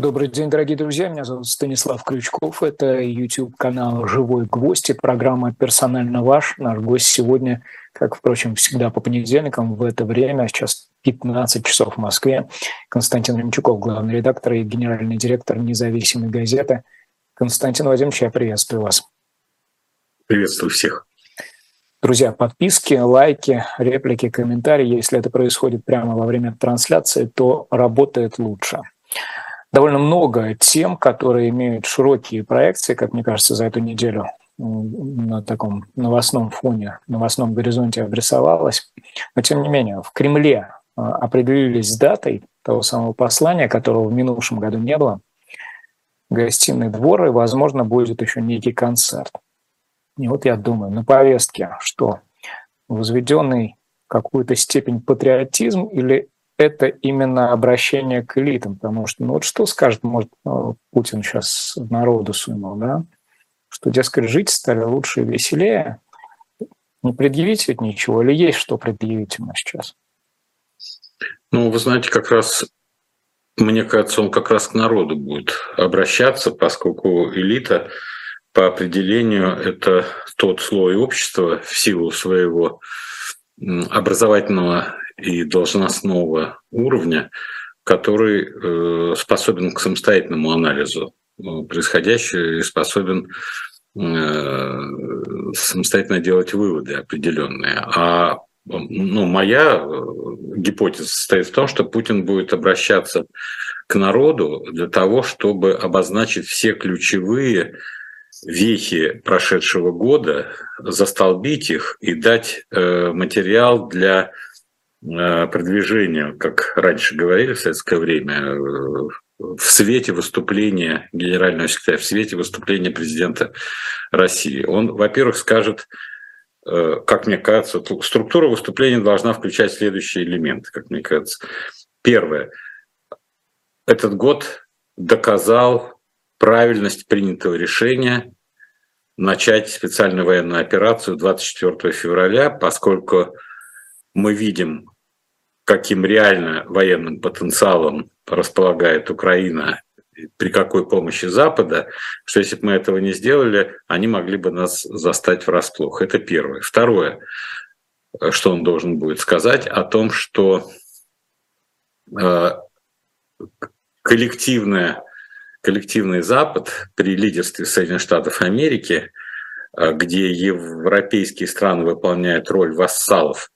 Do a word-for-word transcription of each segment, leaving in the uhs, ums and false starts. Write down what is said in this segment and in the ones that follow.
Добрый день, дорогие друзья. Меня зовут Станислав Крючков. Это YouTube-канал «Живой гвоздь» и программа «Персонально ваш». Наш гость сегодня, как, впрочем, всегда по понедельникам в это время, сейчас пятнадцать часов в Москве, Константин Ремчуков, главный редактор и генеральный директор независимой газеты. Константин Владимирович, я приветствую вас. Приветствую всех. Друзья, подписки, лайки, реплики, комментарии. Если это происходит прямо во время трансляции, то работает лучше. Довольно много тем, которые имеют широкие проекции, как мне кажется, за эту неделю на таком новостном фоне, новостном горизонте обрисовалось. Но, тем не менее, в Кремле определились с датой того самого послания, которого в минувшем году не было. Гостиный двор, и, возможно, будет еще некий концерт. И вот я думаю, на повестке, что возведенный в какую-то степень патриотизм или это именно обращение к элитам, потому что, ну вот что скажет, может, Путин сейчас народу сунул, да, что, дескать, жить стали лучше и веселее, не предъявить ведь ничего, или есть что предъявить ему сейчас? Ну, вы знаете, как раз, мне кажется, он как раз к народу будет обращаться, поскольку элита по определению это тот слой общества в силу своего образовательного и должностного уровня, который э, способен к самостоятельному анализу происходящего и способен э, самостоятельно делать выводы определенные. А ну, моя гипотеза состоит в том, что Путин будет обращаться к народу для того, чтобы обозначить все ключевые вехи прошедшего года, застолбить их и дать э, материал для э, продвижения, как раньше говорили в советское время, э, в свете выступления генерального секретаря, в свете выступления президента России. Он, во-первых, скажет, э, как мне кажется, структура выступления должна включать следующие элементы, как мне кажется. Первое. Этот год доказал правильность принятого решения начать специальную военную операцию двадцать четвёртого февраля, поскольку мы видим, каким реально военным потенциалом располагает Украина, при какой помощи Запада, что если бы мы этого не сделали, они могли бы нас застать врасплох. Это первое. Второе, что он должен будет сказать, о том, что э, коллективное Коллективный Запад при лидерстве Соединенных Штатов Америки, где европейские страны выполняют роль вассалов,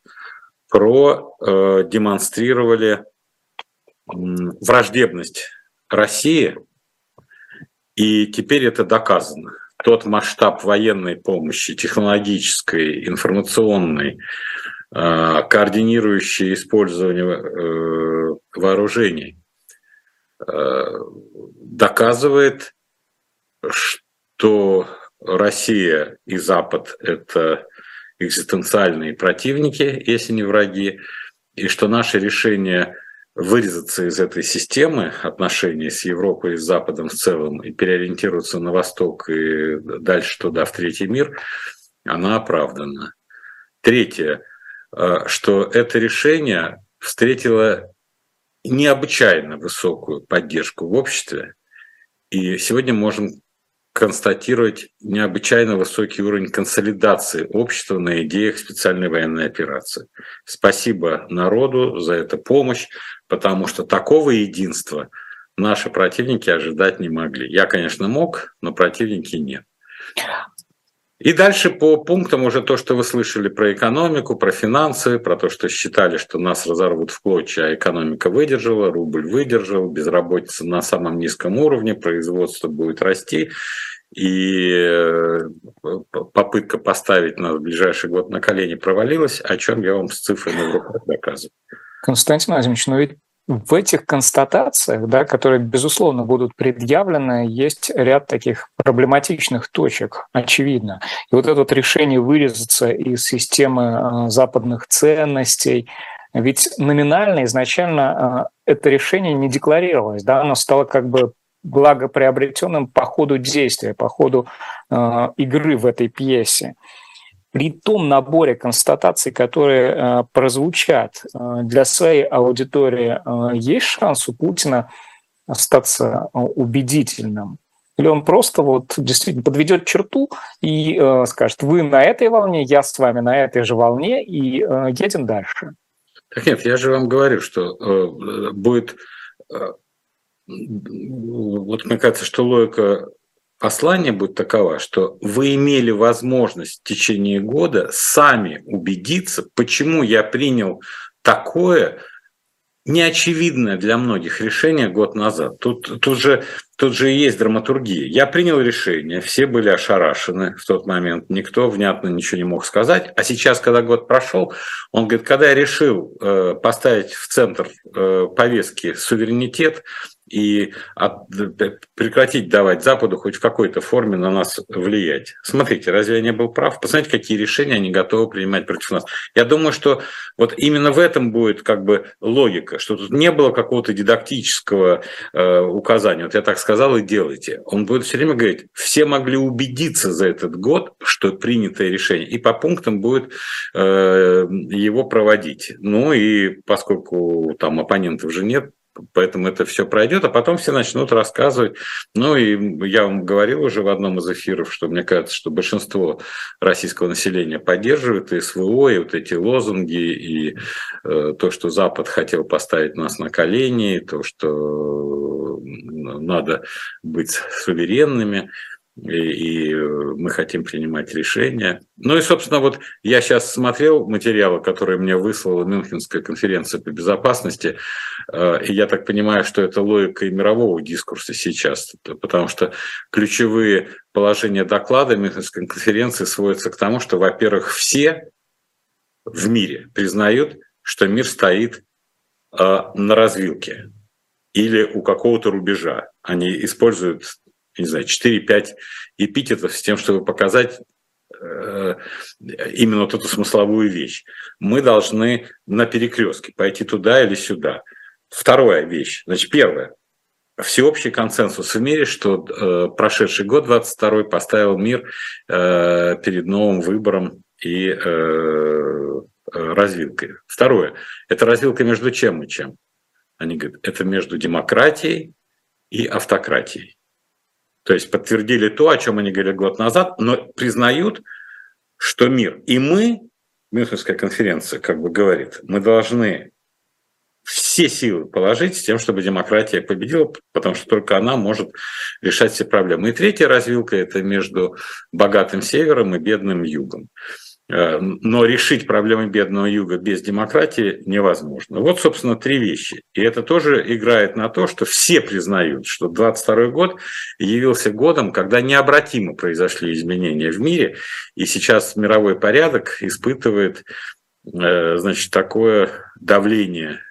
продемонстрировали враждебность России, и теперь это доказано. Тот масштаб военной помощи, технологической, информационной, координирующей использование вооружений, доказывает, что Россия и Запад – это экзистенциальные противники, если не враги, и что наше решение вырезаться из этой системы отношений с Европой и с Западом в целом и переориентироваться на Восток и дальше туда, в третий мир, она оправдана. Третье, что это решение встретило необычайно высокую поддержку в обществе, и сегодня можем констатировать необычайно высокий уровень консолидации общества на идеях специальной военной операции. Спасибо народу за эту помощь, потому что такого единства наши противники ожидать не могли. Я, конечно, мог, но противники нет. И дальше по пунктам уже то, что вы слышали про экономику, про финансы, про то, что считали, что нас разорвут в клочья, а экономика выдержала, рубль выдержал, безработица на самом низком уровне, производство будет расти, и попытка поставить нас в ближайший год на колени провалилась, о чем я вам с цифрами в руках доказываю. Константин Владимирович, но ведь в этих констатациях, да, которые, безусловно, будут предъявлены, есть ряд таких проблематичных точек, очевидно. И вот это вот решение вырезаться из системы западных ценностей, ведь номинально изначально это решение не декларировалось, да, оно стало как бы благоприобретенным по ходу действия, по ходу игры в этой пьесе. При том наборе констатаций, которые э, прозвучат э, для своей аудитории, э, есть шанс у Путина остаться убедительным? Или он просто вот действительно подведет черту и э, скажет: вы на этой волне, я с вами на этой же волне, и э, едем дальше? Так нет, я же вам говорю, что э, будет... Э, вот мне кажется, что логика послания будет такова, что вы имели возможность в течение года сами убедиться, почему я принял такое неочевидное для многих решение год назад. Тут, тут, же, тут же и есть драматургия. Я принял решение, все были ошарашены в тот момент, никто внятно ничего не мог сказать. А сейчас, когда год прошел, он говорит, когда я решил э, поставить в центр э, повестки суверенитет и от, прекратить давать Западу хоть в какой-то форме на нас влиять. Смотрите, разве я не был прав? Посмотрите, какие решения они готовы принимать против нас. Я думаю, что вот именно в этом будет как бы логика, что тут не было какого-то дидактического э, указания. Вот я так сказал, и делайте. Он будет все время говорить, все могли убедиться за этот год, что принятое решение, и по пунктам будет э, его проводить. Ну и поскольку там оппонентов же нет, поэтому это все пройдет, а потом все начнут рассказывать. Ну и я вам говорил уже в одном из эфиров, что мне кажется, что большинство российского населения поддерживает и СВО, и вот эти лозунги, и э, то, что Запад хотел поставить нас на колени, и то, что надо быть суверенными. И, и мы хотим принимать решения. Ну и, собственно, вот я сейчас смотрел материалы, которые мне выслала Мюнхенская конференция по безопасности, и я так понимаю, что это логика и мирового дискурса сейчас, потому что ключевые положения доклада Мюнхенской конференции сводятся к тому, что, во-первых, все в мире признают, что мир стоит на развилке или у какого-то рубежа. Они используют, не знаю, четыре-пять эпитетов с тем, чтобы показать э, именно вот эту смысловую вещь. Мы должны на перекрестке пойти туда или сюда. Вторая вещь. Значит, первое. Всеобщий консенсус в мире, что э, прошедший год, двадцать второй, поставил мир э, перед новым выбором и э, развилкой. Второе. Это развилка между чем и чем? Они говорят, это между демократией и автократией. То есть подтвердили то, о чем они говорили год назад, но признают, что мир. И мы, Мюнхенская конференция как бы говорит, мы должны все силы положить с тем, чтобы демократия победила, потому что только она может решать все проблемы. И третья развилка – это между богатым севером и бедным югом. Но решить проблемы бедного юга без демократии невозможно. Вот, собственно, три вещи. И это тоже играет на то, что все признают, что двадцать второй год явился годом, когда необратимо произошли изменения в мире, и сейчас мировой порядок испытывает, значит, такое давление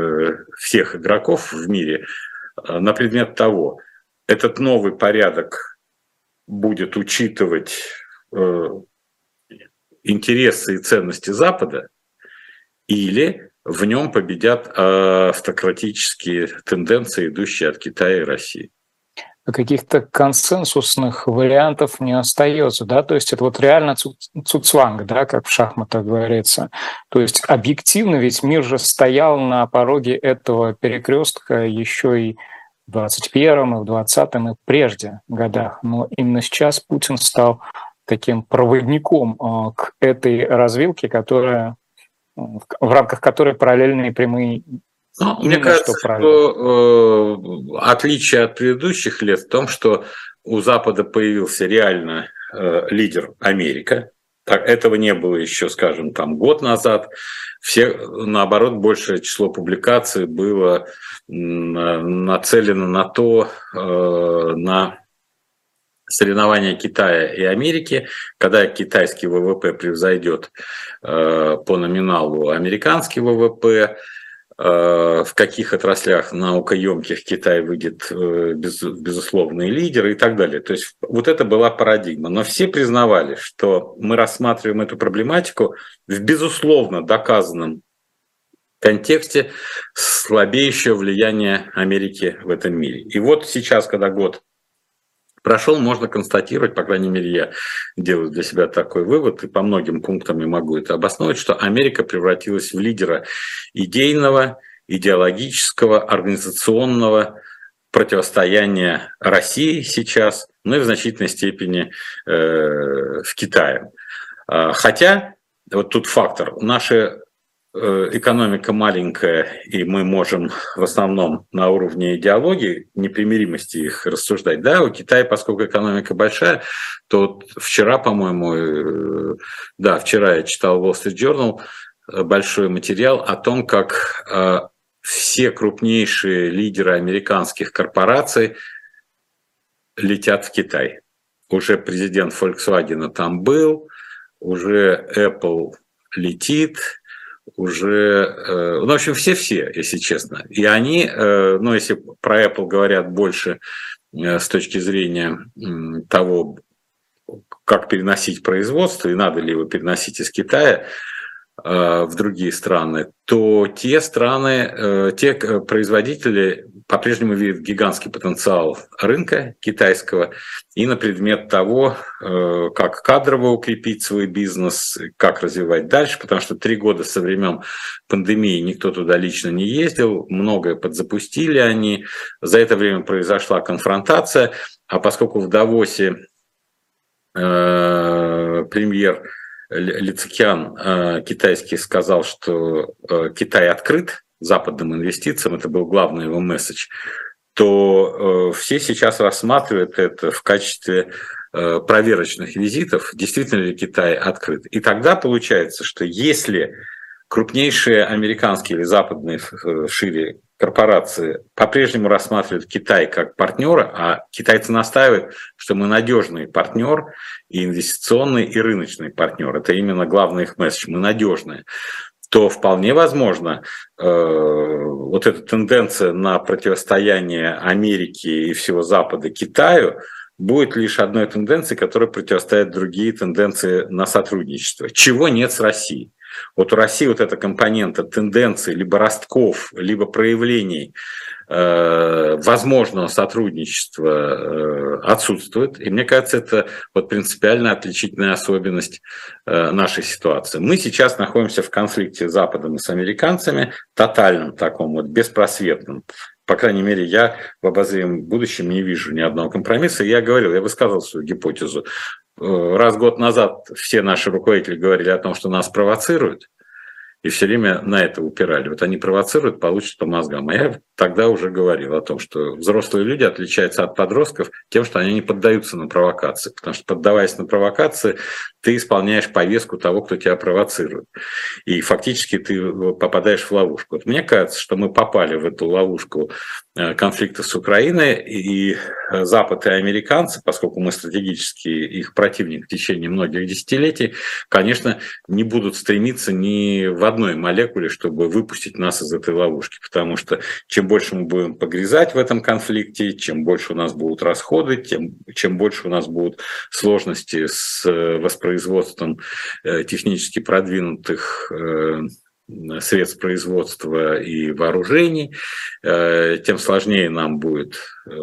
всех игроков в мире на предмет того, этот новый порядок будет учитывать интересы и ценности Запада, или в нем победят автократические тенденции, идущие от Китая и России. Каких-то консенсусных вариантов не остается, да, то есть это вот реально цуцванг, да, как в шахматах говорится. То есть объективно ведь мир же стоял на пороге этого перекрестка еще и в двадцать первом, и в двадцатом, и прежде годах, но именно сейчас Путин стал таким проводником к этой развилке, которая, в рамках которой параллельные прямые. Ну, мне кажется, что, что э, отличие от предыдущих лет в том, что у Запада появился реально э, лидер Америка. Так, этого не было еще, скажем, там год назад. Все, наоборот, большее число публикаций было нацелено на то, э, на соревнования Китая и Америки, когда китайский ВВП превзойдет э, по номиналу американский ВВП, э, в каких отраслях наукоемких Китай выйдет э, без, безусловный лидер и так далее. То есть вот это была парадигма. Но все признавали, что мы рассматриваем эту проблематику в безусловно доказанном контексте слабеющего влияния Америки в этом мире. И вот сейчас, когда год прошел, можно констатировать, по крайней мере, я делаю для себя такой вывод, и по многим пунктам я могу это обосновать, что Америка превратилась в лидера идейного, идеологического, организационного противостояние России сейчас, ну и в значительной степени э, в Китае. Хотя, вот тут фактор, наша экономика маленькая, и мы можем в основном на уровне идеологии, непримиримости их рассуждать. Да, у Китая, поскольку экономика большая, то вот вчера, по-моему, да, вчера я читал Wall Street Journal, большой материал о том, как все крупнейшие лидеры американских корпораций летят в Китай. Уже президент Volkswagen там был, уже Apple летит, уже, ну, в общем, все-все, если честно. И они, ну, если про Apple говорят больше с точки зрения того, как переносить производство, и надо ли его переносить из Китая в другие страны, то те страны, те производители по-прежнему видят гигантский потенциал рынка китайского и на предмет того, как кадрово укрепить свой бизнес, как развивать дальше, потому что три года со времен пандемии никто туда лично не ездил, многое подзапустили они, за это время произошла конфронтация, а поскольку в Давосе э, премьер Ли Цзекян э, китайский сказал, что э, Китай открыт западным инвестициям, это был главный его месседж, то э, все сейчас рассматривают это в качестве э, проверочных визитов, действительно ли Китай открыт. И тогда получается, что если крупнейшие американские или западные э, шире корпорации по-прежнему рассматривают Китай как партнера, а китайцы настаивают, что мы надежный партнер, и инвестиционный, и рыночный партнер. Это именно главный их месседж. Мы надежные. То вполне возможно, э, вот эта тенденция на противостояние Америки и всего Запада Китаю будет лишь одной тенденцией, которая противостоит другие тенденции на сотрудничество. Чего нет с Россией. Вот у России вот эта компонента тенденций, либо ростков, либо проявлений э, возможного сотрудничества э, отсутствует. И мне кажется, это вот принципиальная отличительная особенность э, нашей ситуации. Мы сейчас находимся в конфликте с Западом и с американцами, тотальном таком, вот беспросветном. По крайней мере, я в обозримом будущем не вижу ни одного компромисса. Я говорил, я высказал свою гипотезу. Раз год назад все наши руководители говорили о том, что нас провоцируют, и все время на это упирали. Вот они провоцируют, получат по мозгам. А я тогда уже говорил о том, что взрослые люди отличаются от подростков тем, что они не поддаются на провокации. Потому что, поддаваясь на провокации, ты исполняешь повестку того, кто тебя провоцирует. И фактически ты попадаешь в ловушку. Вот мне кажется, что мы попали в эту ловушку конфликта с Украиной, и Запад и американцы, поскольку мы стратегически их противник в течение многих десятилетий, конечно, не будут стремиться ни в одной молекуле, чтобы выпустить нас из этой ловушки. Потому что чем больше мы будем погрязать в этом конфликте, чем больше у нас будут расходы, тем, чем больше у нас будут сложности с воспроизводством технически продвинутых средств производства и вооружений, тем сложнее нам будет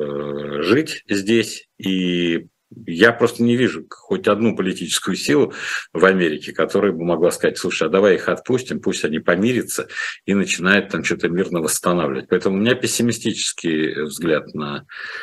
жить здесь. И я просто не вижу хоть одну политическую силу в Америке, которая бы могла сказать: слушай, а давай их отпустим, пусть они помирятся и начинают там что-то мирно восстанавливать. Поэтому у меня пессимистический взгляд на,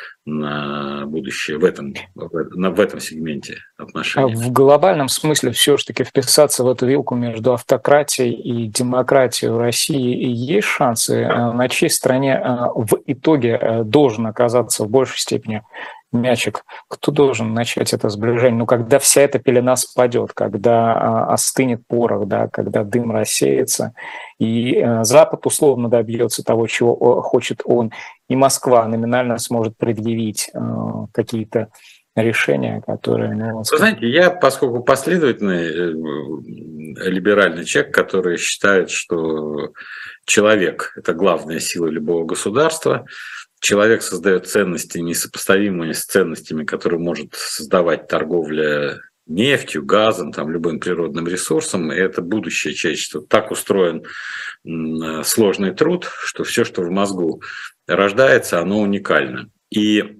на будущее в этом, в, в этом сегменте отношений. В глобальном смысле все-таки вписаться в эту вилку между автократией и демократией в России и есть шансы, на чьей стороне в итоге должен оказаться в большей степени мячик, кто должен начать это сближение? Ну, когда вся эта пелена спадет, когда а, остынет порох, да, когда дым рассеется, и а, Запад условно добьется того, чего о, хочет он, и Москва номинально сможет предъявить а, какие-то решения, которые... Ну, Вы знаете, я, поскольку последовательный либеральный человек, который считает, что человек – это главная сила любого государства, человек создает ценности, несопоставимые с ценностями, которые может создавать торговля нефтью, газом, там, любым природным ресурсом. И это будущее человечества. Так устроен сложный труд, что все, что в мозгу рождается, оно уникально. И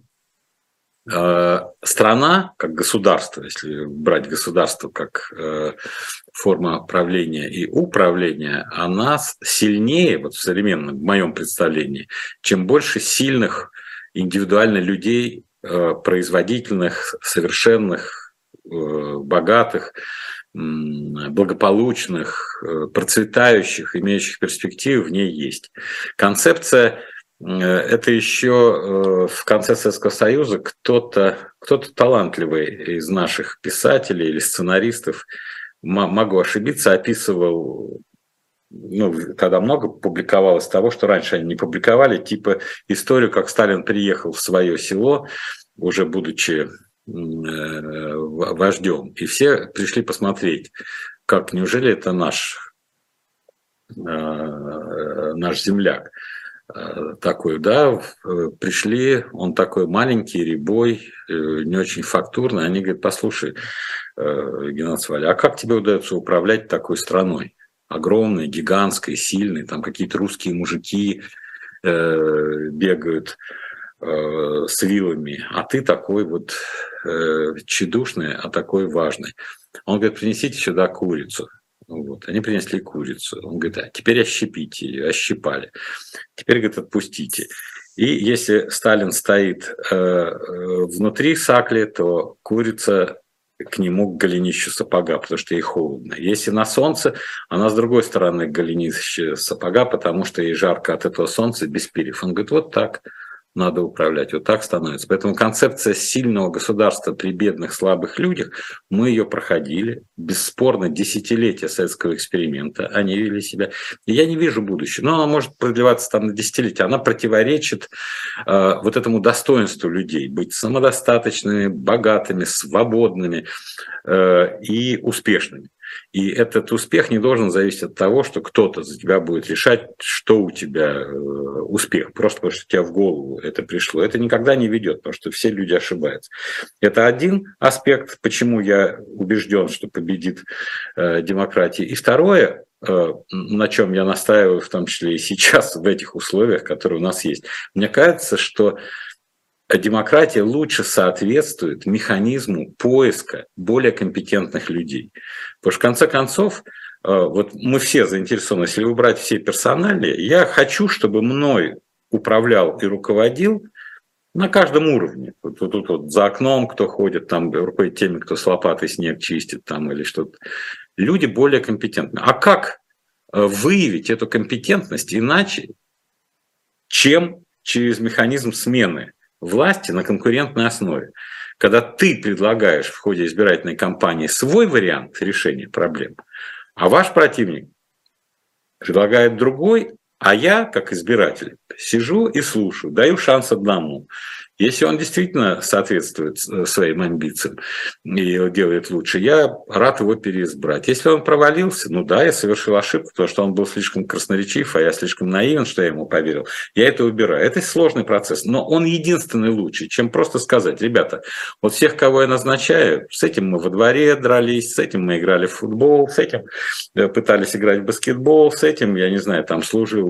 э, страна, как государство, если брать государство как э, форма правления и управления, она сильнее, вот в современном, в моем представлении, чем больше сильных индивидуально людей, производительных, совершенных, богатых, благополучных, процветающих, имеющих перспективы в ней есть. Концепция – это еще в конце Советского Союза кто-то, кто-то талантливый из наших писателей или сценаристов, могу ошибиться, описывал, ну, тогда много публиковалось того, что раньше они не публиковали, типа историю, как Сталин приехал в свое село, уже будучи вождем, и все пришли посмотреть, как, неужели это наш, наш земляк такой, да, пришли, он такой маленький, рябой, не очень фактурный, они говорят: послушай, Геннадий Валя, а как тебе удается управлять такой страной? Огромной, гигантской, сильной, там какие-то русские мужики э, бегают э, с вилами, а ты такой вот э, тщедушный, а такой важный. Он говорит: принесите сюда курицу. Вот. Они принесли курицу. Он говорит: а теперь ощипите ее, ощипали. Теперь, говорит, отпустите. И если Сталин стоит э, внутри сакли, то курица к нему, к голенищу сапога, потому что ей холодно. Если на солнце, она с другой стороны к голенищу сапога, потому что ей жарко от этого солнца без перьев. Он говорит: вот так надо управлять, вот так становится. Поэтому концепция сильного государства при бедных, слабых людях, мы ее проходили, бесспорно, десятилетия советского эксперимента, они вели себя. И я не вижу будущего, но она может продлеваться там на десятилетия, она противоречит э, вот этому достоинству людей, быть самодостаточными, богатыми, свободными э, и успешными. И этот успех не должен зависеть от того, что кто-то за тебя будет решать, что у тебя успех, просто потому что тебе в голову это пришло. Это никогда не ведет, потому что все люди ошибаются. Это один аспект, почему я убежден, что победит э, демократия. И второе, э, на чем я настаиваю, в том числе и сейчас, в этих условиях, которые у нас есть. Мне кажется, что демократия лучше соответствует механизму поиска более компетентных людей. Потому что, в конце концов, вот мы все заинтересованы, если убрать все персоналии, я хочу, чтобы мной управлял и руководил на каждом уровне. Вот тут вот, вот, за окном кто ходит, там руководит теми, кто с лопатой снег чистит там, или что-то. Люди более компетентны. А как выявить эту компетентность иначе, чем через механизм смены власти на конкурентной основе? Когда ты предлагаешь в ходе избирательной кампании свой вариант решения проблем, а ваш противник предлагает другой, а я, как избиратель, сижу и слушаю, даю шанс одному. Если он действительно соответствует своим амбициям и делает лучше, я рад его переизбрать. Если он провалился, ну да, я совершил ошибку, потому что он был слишком красноречив, а я слишком наивен, что я ему поверил. Я это убираю. Это сложный процесс, но он единственный лучший, чем просто сказать: ребята, вот всех, кого я назначаю, с этим мы во дворе дрались, с этим мы играли в футбол, с этим пытались играть в баскетбол, с этим, я не знаю, там служил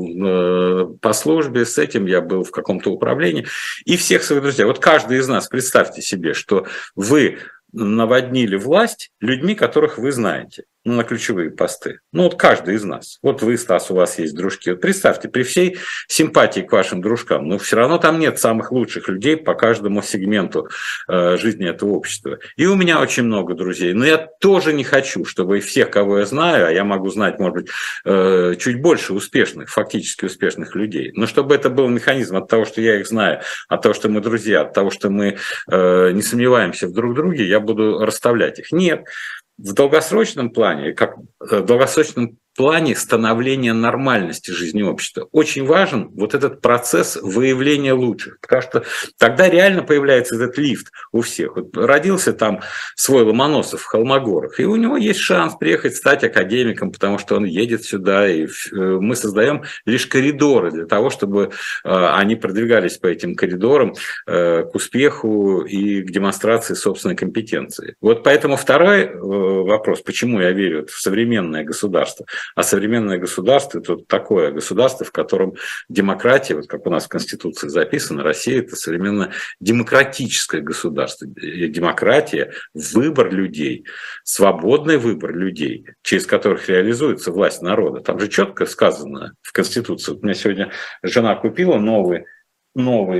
по службе, с этим я был в каком-то управлении, и всех своих друзья. Вот каждый из нас, представьте себе, что вы наводнили власть людьми, которых вы знаете, ну, на ключевые посты. Ну, вот каждый из нас. Вот вы, Стас, у вас есть дружки. Вот представьте, при всей симпатии к вашим дружкам, но все равно там нет самых лучших людей по каждому сегменту э, жизни этого общества. И у меня очень много друзей. Но я тоже не хочу, чтобы всех, кого я знаю, а я могу знать, может быть, э, чуть больше успешных, фактически успешных людей, но чтобы это был механизм от того, что я их знаю, от того, что мы друзья, от того, что мы э, не сомневаемся в друг друге, я буду расставлять их. Нет. В долгосрочном плане, как в долгосрочном плане становления нормальности жизни общества очень важен вот этот процесс выявления лучших, потому что тогда реально появляется этот лифт у всех. Вот родился там свой Ломоносов в Холмогорах, и у него есть шанс приехать стать академиком, потому что он едет сюда, и мы создаем лишь коридоры для того, чтобы они продвигались по этим коридорам к успеху и к демонстрации собственной компетенции. Вот поэтому второй вопрос, почему я верю в современное государство. А современное государство – это такое государство, в котором демократия, вот как у нас в Конституции записано, Россия – это современное демократическое государство. И демократия – выбор людей, свободный выбор людей, через которых реализуется власть народа. Там же четко сказано в Конституции. Вот у меня сегодня жена купила новый, новый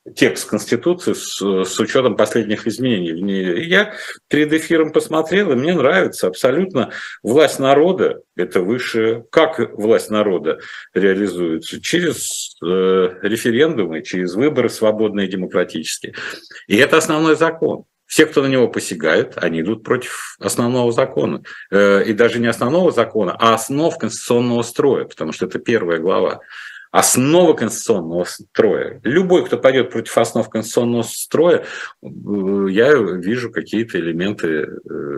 текст Конституции с, с учетом последних изменений в ней. Я перед эфиром посмотрел, и мне нравится абсолютно власть народа, это выше. Как власть народа реализуется? Через э, референдумы, через выборы свободные и демократические. И это основной закон. Все, кто на него посягают, они идут против основного закона. Э, и даже не основного закона, а основ конституционного строя, потому что это первая глава. Основа конституционного строя. Любой, кто пойдет против основ конституционного строя, я вижу какие-то элементы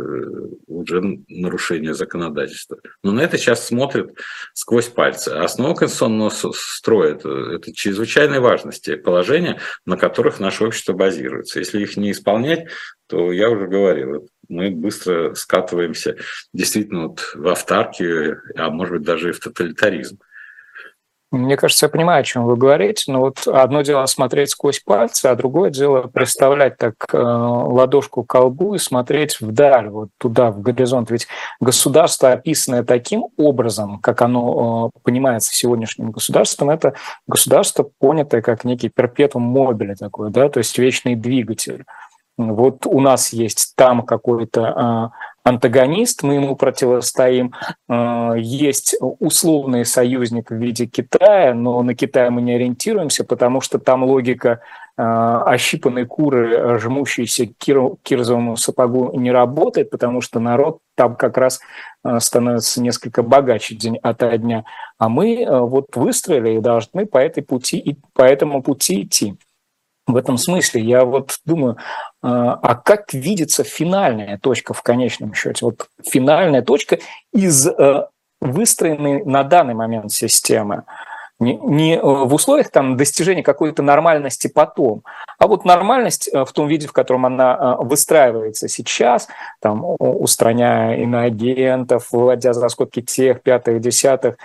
уже нарушения законодательства. Но на это сейчас смотрят сквозь пальцы. А основа конституционного строя – это, это чрезвычайной важности положения, на которых наше общество базируется. Если их не исполнять, то я уже говорил, мы быстро скатываемся действительно вот в автаркию, а может быть даже и в тоталитаризм. Мне кажется, я понимаю, о чем вы говорите, но вот одно дело смотреть сквозь пальцы, а другое дело представлять так э, ладошку к колбу и смотреть вдаль, вот туда, в горизонт. Ведь государство, описанное таким образом, как оно э, понимается сегодняшним государством, это государство, понятое как некий перпетум мобиле такой, да, то есть вечный двигатель. Вот у нас есть там какой-то э, антагонист, мы ему противостоим. Есть условный союзник в виде Китая, но на Китай мы не ориентируемся, потому что там логика ощипанной куры, жмущейся к кирзовому сапогу, не работает, потому что народ там как раз становится несколько богаче день ото дня. А мы вот выстроили и должны по этой пути, по этому пути идти. В этом смысле я вот думаю, а как видится финальная точка в конечном счете? Вот финальная точка из выстроенной на данный момент системы. Не, не в условиях там, достижения какой-то нормальности потом, а вот нормальность в том виде, в котором она выстраивается сейчас, там, устраняя иноагентов, выводя за скобки тех, пятых, десятых,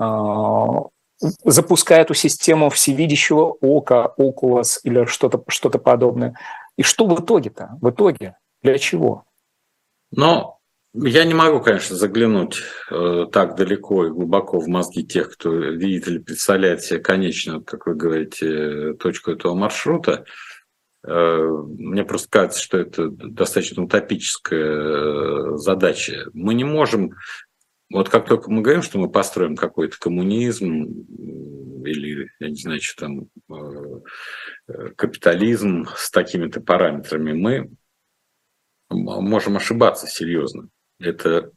запуская эту систему всевидящего ока, Oculus или что-то, что-то подобное. И что в итоге-то? В итоге для чего? Но я не могу, конечно, заглянуть э, так далеко и глубоко в мозги тех, кто видит или представляет себе конечную, как вы говорите, точку этого маршрута. Э, мне просто кажется, что это достаточно утопическая задача. Мы не можем... Вот как только мы говорим, что мы построим какой-то коммунизм или, я не знаю, что там, капитализм с такими-то параметрами, мы можем ошибаться серьезно. Это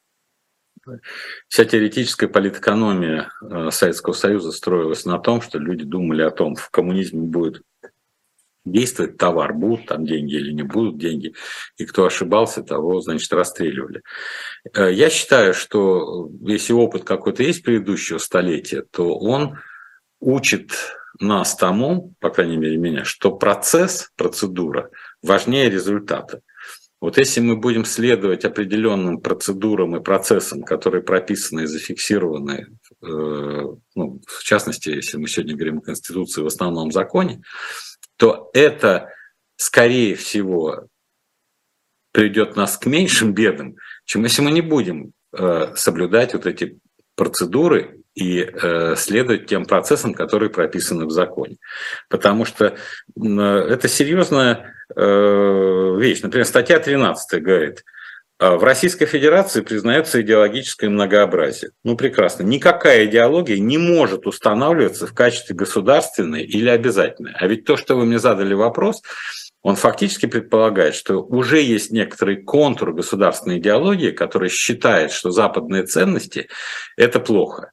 вся теоретическая политэкономия Советского Союза строилась на том, что люди думали о том, в коммунизме будет действовать товар, будут там деньги или не будут деньги, и кто ошибался, того, значит, расстреливали. Я считаю, что если опыт какой-то есть предыдущего столетия, то он учит нас тому, по крайней мере меня, что процесс, процедура важнее результата. Вот если мы будем следовать определенным процедурам и процессам, которые прописаны и зафиксированы, э, ну, в частности, если мы сегодня говорим о Конституции, в основном законе, то это, скорее всего, приведет нас к меньшим бедам, чем если мы не будем э, соблюдать вот эти процедуры и э, следовать тем процессам, которые прописаны в законе. Потому что э, это серьезная э, вещь. Например, статья тринадцатая говорит, в Российской Федерации признается идеологическое многообразие. Ну, прекрасно. Никакая идеология не может устанавливаться в качестве государственной или обязательной. А ведь то, что вы мне задали вопрос, он фактически предполагает, что уже есть некоторый контур государственной идеологии, который считает, что западные ценности – это плохо.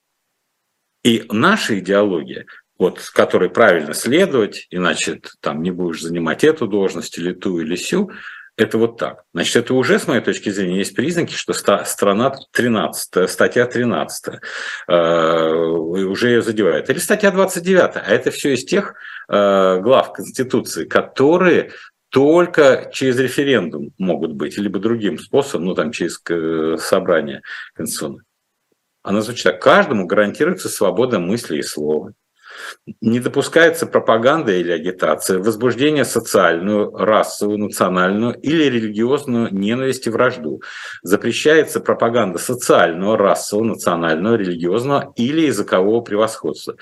И наша идеология, вот, которой правильно следовать, иначе там не будешь занимать эту должность или ту или сю, это вот так. Значит, это уже, с моей точки зрения, есть признаки, что страна тринадцатая, статья тринадцатая э, уже ее задевает. Или статья двадцать девятая. А это все из тех э, глав Конституции, которые только через референдум могут быть, либо другим способом, ну там через э, собрание конституционное. Она звучит так. Каждому гарантируется свобода мысли и слова. Не допускается пропаганда или агитация, возбуждение социальную, расовую, национальную или религиозную ненависть и вражду. Запрещается пропаганда социального, расового, национального, религиозного или языкового превосходства.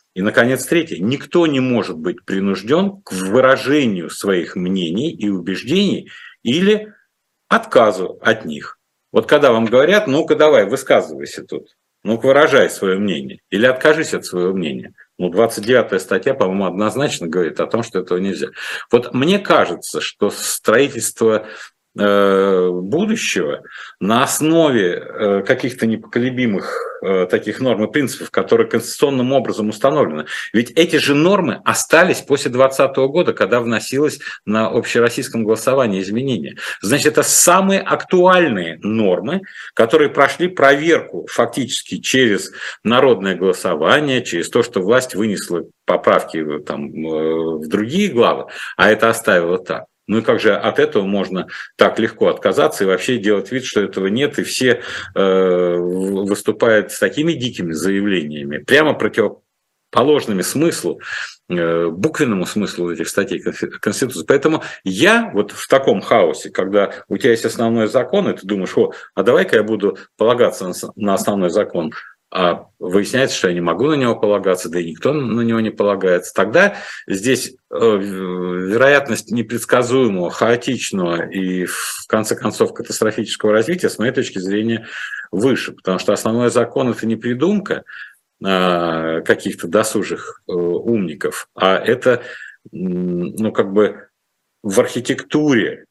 И, наконец, третье. Никто не может быть принужден к выражению своих мнений и убеждений или отказу от них. Вот когда вам говорят, ну-ка давай, высказывайся тут, ну-ка выражай свое мнение или откажись от своего мнения. Ну, двадцать девятая статья, по-моему, однозначно говорит о том, что этого нельзя. Вот мне кажется, что строительство будущего на основе каких-то непоколебимых таких норм и принципов, которые конституционным образом установлены. Ведь эти же нормы остались после двадцатого года, когда вносилось на общероссийском голосовании изменения. Значит, это самые актуальные нормы, которые прошли проверку фактически через народное голосование, через то, что власть вынесла поправки там, в другие главы, а это оставила так. Ну и как же от этого можно так легко отказаться и вообще делать вид, что этого нет, и все э, выступают с такими дикими заявлениями, прямо противоположными смыслу, э, буквенному смыслу этих статей Конституции. Поэтому я вот в таком хаосе, когда у тебя есть основной закон, и ты думаешь, о, а давай-ка я буду полагаться на основной закон, а выясняется, что я не могу на него полагаться, да и никто на него не полагается, тогда здесь вероятность непредсказуемого, хаотичного и, в конце концов, катастрофического развития, с моей точки зрения, выше, потому что основной закон – это не придумка каких-то досужих умников, а это, ну, как бы в архитектуре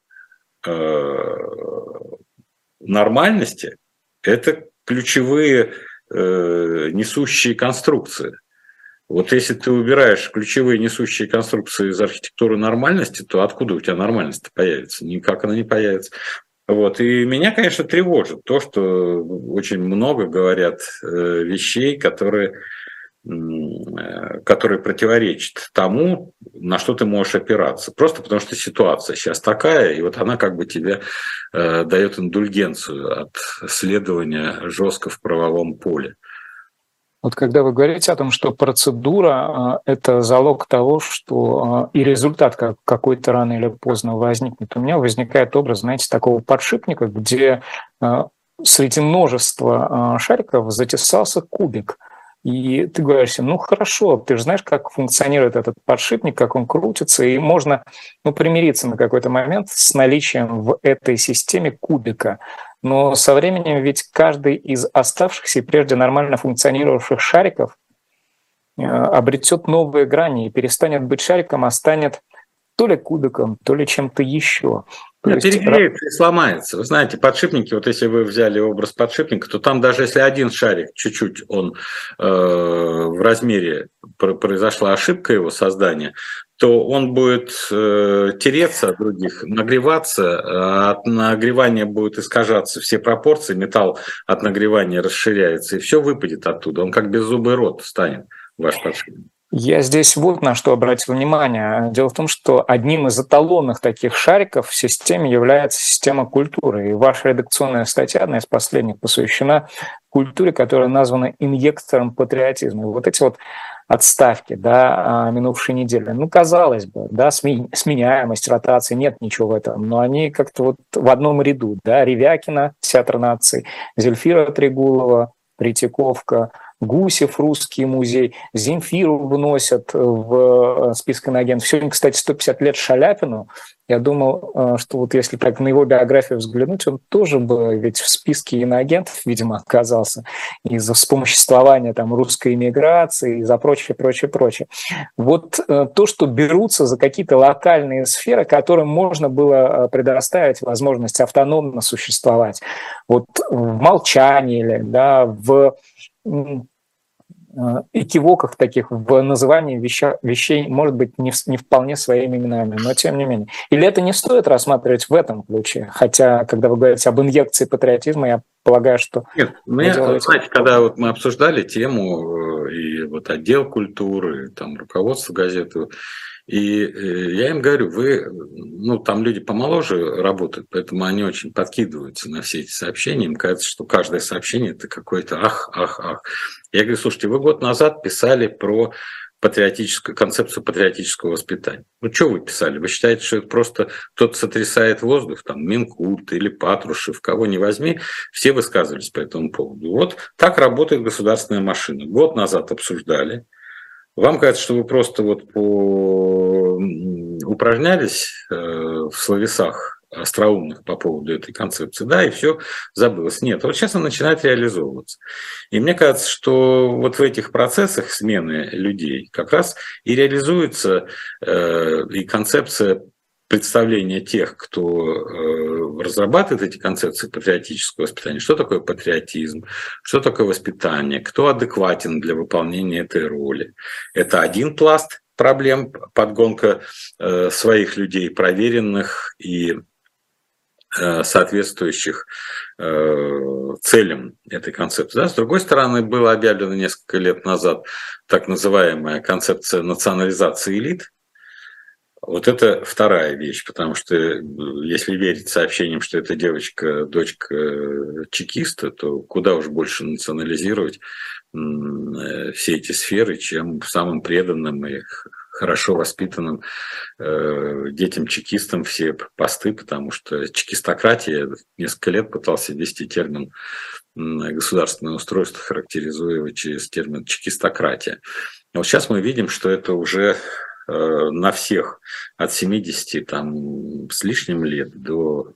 нормальности это ключевые несущие конструкции. Вот если ты убираешь ключевые несущие конструкции из архитектуры нормальности, то откуда у тебя нормальность появится? Никак она не появится. Вот. И меня, конечно, тревожит то, что очень много говорят вещей, которые, которые противоречат тому, на что ты можешь опираться. Просто потому что ситуация сейчас такая, и вот она как бы тебе э, дает индульгенцию от следования жестко в правовом поле. Вот когда вы говорите о том, что процедура – это залог того, что и результат какой-то рано или поздно возникнет, у меня возникает образ, знаете, такого подшипника, где среди множества шариков затесался кубик. И ты говоришь, ну хорошо, ты же знаешь, как функционирует этот подшипник, как он крутится, и можно ну, примириться на какой-то момент с наличием в этой системе кубика. Но со временем ведь каждый из оставшихся и прежде нормально функционировавших шариков обретет новые грани и перестанет быть шариком, а станет то ли кубиком, то ли чем-то еще. То есть... Перегреется и сломается. Вы знаете, подшипники, вот если вы взяли образ подшипника, то там даже если один шарик, чуть-чуть он э, в размере, произошла ошибка его создания, то он будет э, тереться от других, нагреваться, а от нагревания будут искажаться все пропорции, металл от нагревания расширяется, и все выпадет оттуда. Он как беззубый рот станет, ваш подшипник. Я здесь вот на что обратил внимание. Дело в том, что одним из эталонных таких шариков в системе является система культуры. И ваша редакционная статья, одна из последних, посвящена культуре, которая названа инъектором патриотизма. И вот эти вот отставки, да, минувшей недели. Ну, казалось бы, да, сменяемость, ротации, нет ничего в этом, но они как-то вот в одном ряду, да, Ревякина, театр наций, Зельфира Трегулова, Третьяковка, Гусев, Русский музей, Земфиру вносят в список иноагентов. Сегодня, кстати, сто пятьдесят лет Шаляпину. Я думал, что вот если так на его биографию взглянуть, он тоже бы ведь в списке иноагентов, видимо, оказался из-за вспомоществования там русской эмиграции и за прочее, прочее, прочее. Вот то, что берутся за какие-то локальные сферы, которым можно было предоставить возможность автономно существовать. Вот в молчании или да, в экивоках таких в назывании веща, вещей, может быть, не, не вполне своими именами, но тем не менее. Или это не стоит рассматривать в этом ключе? Хотя, когда вы говорите об инъекции патриотизма, я полагаю, что... Нет, мне, делаете... знаете, когда вот мы обсуждали тему, и вот отдел культуры, там, руководство газеты, и я им говорю, вы, ну, там люди помоложе работают, поэтому они очень подкидываются на все эти сообщения, им кажется, что каждое сообщение – это какой-то ах, ах, ах. Я говорю, слушайте, вы год назад писали про патриотическую концепцию патриотического воспитания. Ну, что вы писали? Вы считаете, что это просто кто-то сотрясает воздух, там, Минкульт или Патрушев, кого ни возьми, все высказывались по этому поводу. Вот так работает государственная машина. Год назад обсуждали, Вам кажется, что вы просто вот по... упражнялись в словесах остроумных по поводу этой концепции, да, и все забылось. Нет, вот сейчас она начинает реализовываться. И мне кажется, что вот в этих процессах смены людей как раз и реализуется э, и концепция представления тех, кто э, разрабатывает эти концепции патриотического воспитания. Что такое патриотизм, что такое воспитание, кто адекватен для выполнения этой роли. Это один пласт проблем, подгонка э, своих людей, проверенных и э, соответствующих э, целям этой концепции. Да? С другой стороны, было объявлено несколько лет назад так называемая концепция национализации элит. Вот это вторая вещь, потому что если верить сообщениям, что эта девочка дочка чекиста, то куда уж больше национализировать все эти сферы, чем самым преданным и хорошо воспитанным детям-чекистам все посты, потому что чекистократия несколько лет пытался ввести термин государственное устройство, характеризуя его через термин чекистократия. Вот сейчас мы видим, что это уже на всех от семидесяти там, с лишним лет до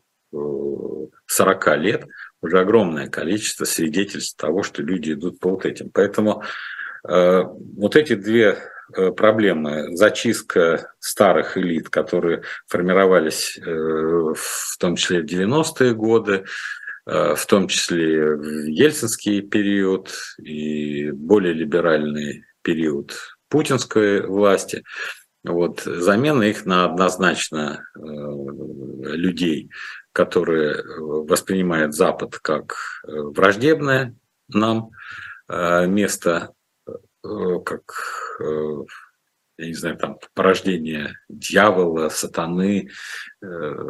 сорока лет уже огромное количество свидетельств того, что люди идут по вот этим. Поэтому э, вот эти две проблемы, зачистка старых элит, которые формировались э, в том числе в девяностые годы, э, в том числе в ельцинский период и более либеральный период путинской власти, вот, замена их на однозначно э, людей, которые воспринимают Запад как враждебное нам э, место, э, как, э, я не знаю, там, порождение дьявола, сатаны, э,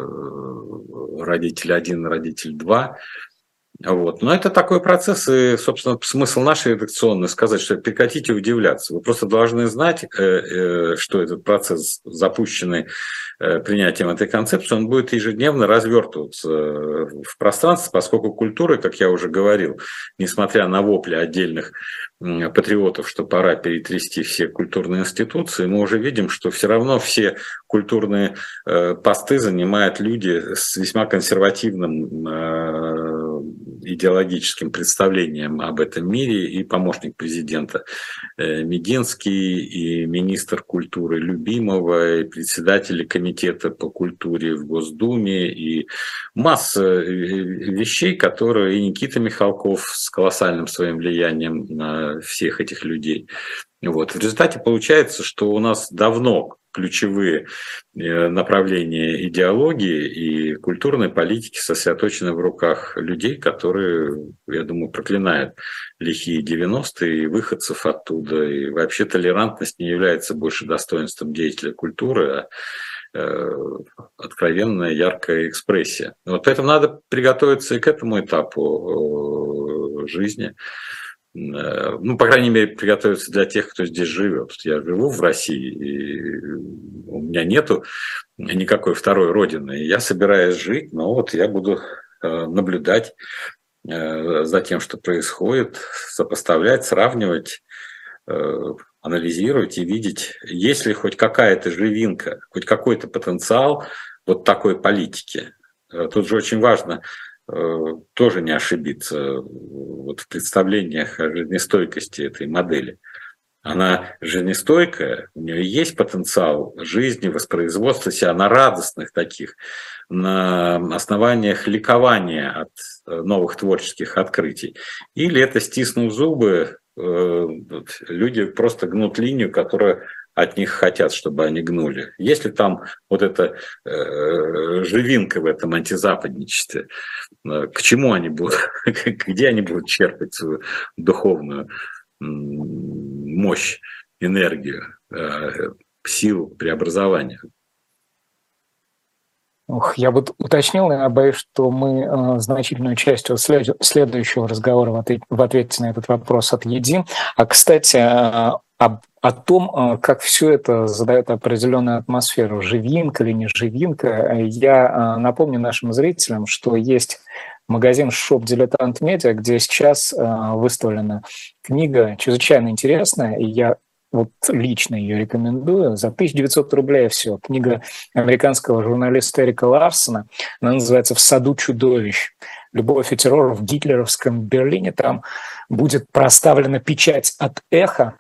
родитель один, родитель два. Вот. Но это такой процесс, и, собственно, смысл нашей редакционной сказать, что прекратите удивляться. Вы просто должны знать, что этот процесс, запущенный принятием этой концепции, он будет ежедневно развертываться в пространстве, поскольку культура, как я уже говорил, несмотря на вопли отдельных патриотов, что пора перетрясти все культурные институции, мы уже видим, что все равно все культурные посты занимают люди с весьма консервативным идеологическим представлением об этом мире, и помощник президента Мединский, и министр культуры Любимова, и председатели комитета по культуре в Госдуме, и масса вещей, которые и Никита Михалков с колоссальным своим влиянием на всех этих людей. Вот. В результате получается, что у нас давно ключевые направления идеологии и культурной политики сосредоточены в руках людей, которые, я думаю, проклинают лихие девяностые и выходцев оттуда. И вообще толерантность не является больше достоинством деятеля культуры, а откровенная яркая экспрессия. Вот поэтому надо приготовиться и к этому этапу жизни. Ну, по крайней мере, приготовиться для тех, кто здесь живет. Я живу в России, и у меня нету никакой второй родины. Я собираюсь жить, но вот я буду наблюдать за тем, что происходит, сопоставлять, сравнивать, анализировать и видеть, есть ли хоть какая-то живинка, хоть какой-то потенциал вот такой политики. Тут же очень важно тоже не ошибиться вот в представлениях о жизнестойкости этой модели. Она жизнестойкая, у нее есть потенциал жизни, воспроизводства себя на радостных таких, на основаниях ликования от новых творческих открытий. Или это, стиснув зубы, люди просто гнут линию, которая от них хотят, чтобы они гнули. Если там вот эта э, живинка в этом антизападничестве, э, к чему они будут, где они будут черпать свою духовную э, мощь, энергию, э, силу преобразования? Ох, я бы уточнил, я боюсь, что мы э, значительную часть след... следующего разговора в, ответ... в ответе на этот вопрос отъедим. А, кстати, э, об... о том, как все это задает определенную атмосферу, живинка или не живинка, я напомню нашим зрителям, что есть магазин Shop Dilettant Media, где сейчас выставлена книга чрезвычайно интересная, и я вот лично ее рекомендую, за тысяча девятьсот рублей все. Книга американского журналиста Эрика Ларсона, она называется «В саду чудовищ. Любовь и террор в гитлеровском Берлине». Там будет проставлена печать от «Эхо».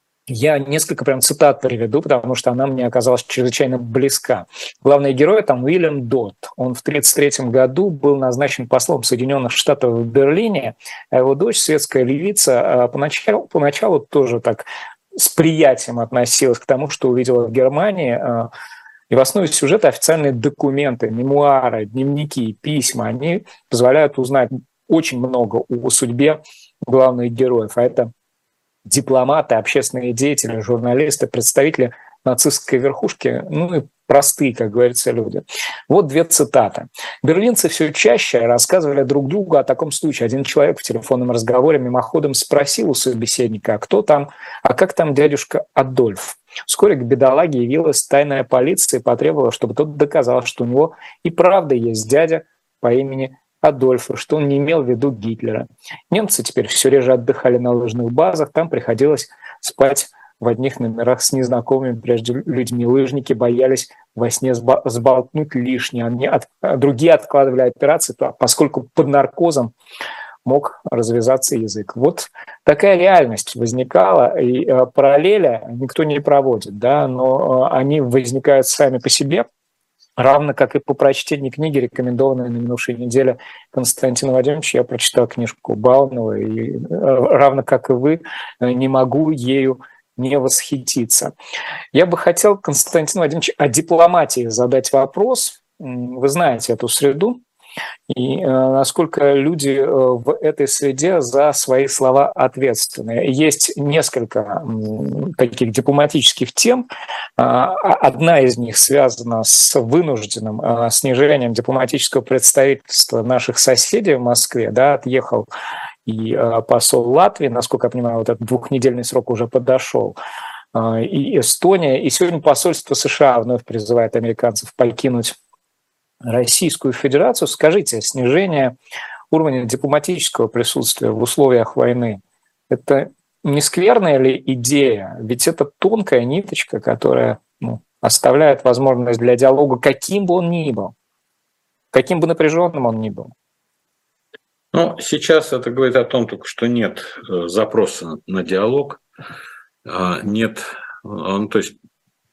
Я несколько прям цитат приведу, потому что она мне оказалась чрезвычайно близка. Главный герой там Уильям Дот. Он в тысяча девятьсот тридцать третьем году был назначен послом Соединенных Штатов в Берлине, а его дочь, светская львица, поначалу, поначалу тоже так с приятием относилась к тому, что увидела в Германии. И в основе сюжета официальные документы, мемуары, дневники, письма. Они позволяют узнать очень много о судьбе главных героев. А это дипломаты, общественные деятели, журналисты, представители нацистской верхушки, ну и простые, как говорится, люди. Вот две цитаты. Берлинцы все чаще рассказывали друг другу о таком случае. Один человек в телефонном разговоре мимоходом спросил у собеседника, а кто там, а как там дядюшка Адольф? Вскоре к бедолаге явилась тайная полиция и потребовала, чтобы тот доказал, что у него и правда есть дядя по имени Адольфа, что он не имел в виду Гитлера. Немцы теперь все реже отдыхали на лыжных базах, там приходилось спать в одних номерах с незнакомыми прежде людьми. Лыжники боялись во сне сболтнуть лишнее, они от, другие откладывали операции, поскольку под наркозом мог развязаться язык. Вот такая реальность возникала, и э, параллели никто не проводит, да, но э, они возникают сами по себе, равно как и по прочтении книги, рекомендованной на минувшей неделе Константина Вадимовича. Я прочитал книжку Баунова, и равно как и вы, не могу ею не восхититься. Я бы хотел, Константин Вадимович, о дипломатии задать вопрос. Вы знаете эту среду, и э, насколько люди э, в этой среде за свои слова ответственны. Есть несколько э, таких дипломатических тем. Э, одна из них связана с вынужденным э, снижением дипломатического представительства наших соседей в Москве. Да, отъехал и э, посол Латвии, насколько я понимаю, вот этот двухнедельный срок уже подошел. Э, и Эстония, и сегодня посольство США вновь призывает американцев покинуть Российскую Федерацию. Скажите, снижение уровня дипломатического присутствия в условиях войны – это не скверная ли идея? Ведь это тонкая ниточка, которая ну, оставляет возможность для диалога, каким бы он ни был, каким бы напряженным он ни был. Ну, сейчас это говорит о том, только что нет запроса на диалог, нет, ну, то есть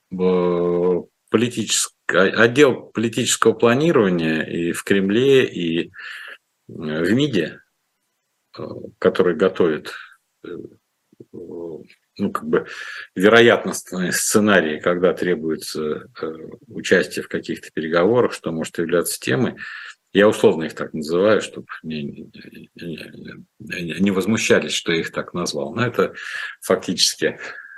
политического отдел политического планирования и в Кремле, и в МИДе, который готовит ну, как бы вероятностные сценарии, когда требуется участие в каких-то переговорах, что может являться темой. Я условно их так называю, чтобы не, не, не возмущались, что я их так назвал. Но это фактически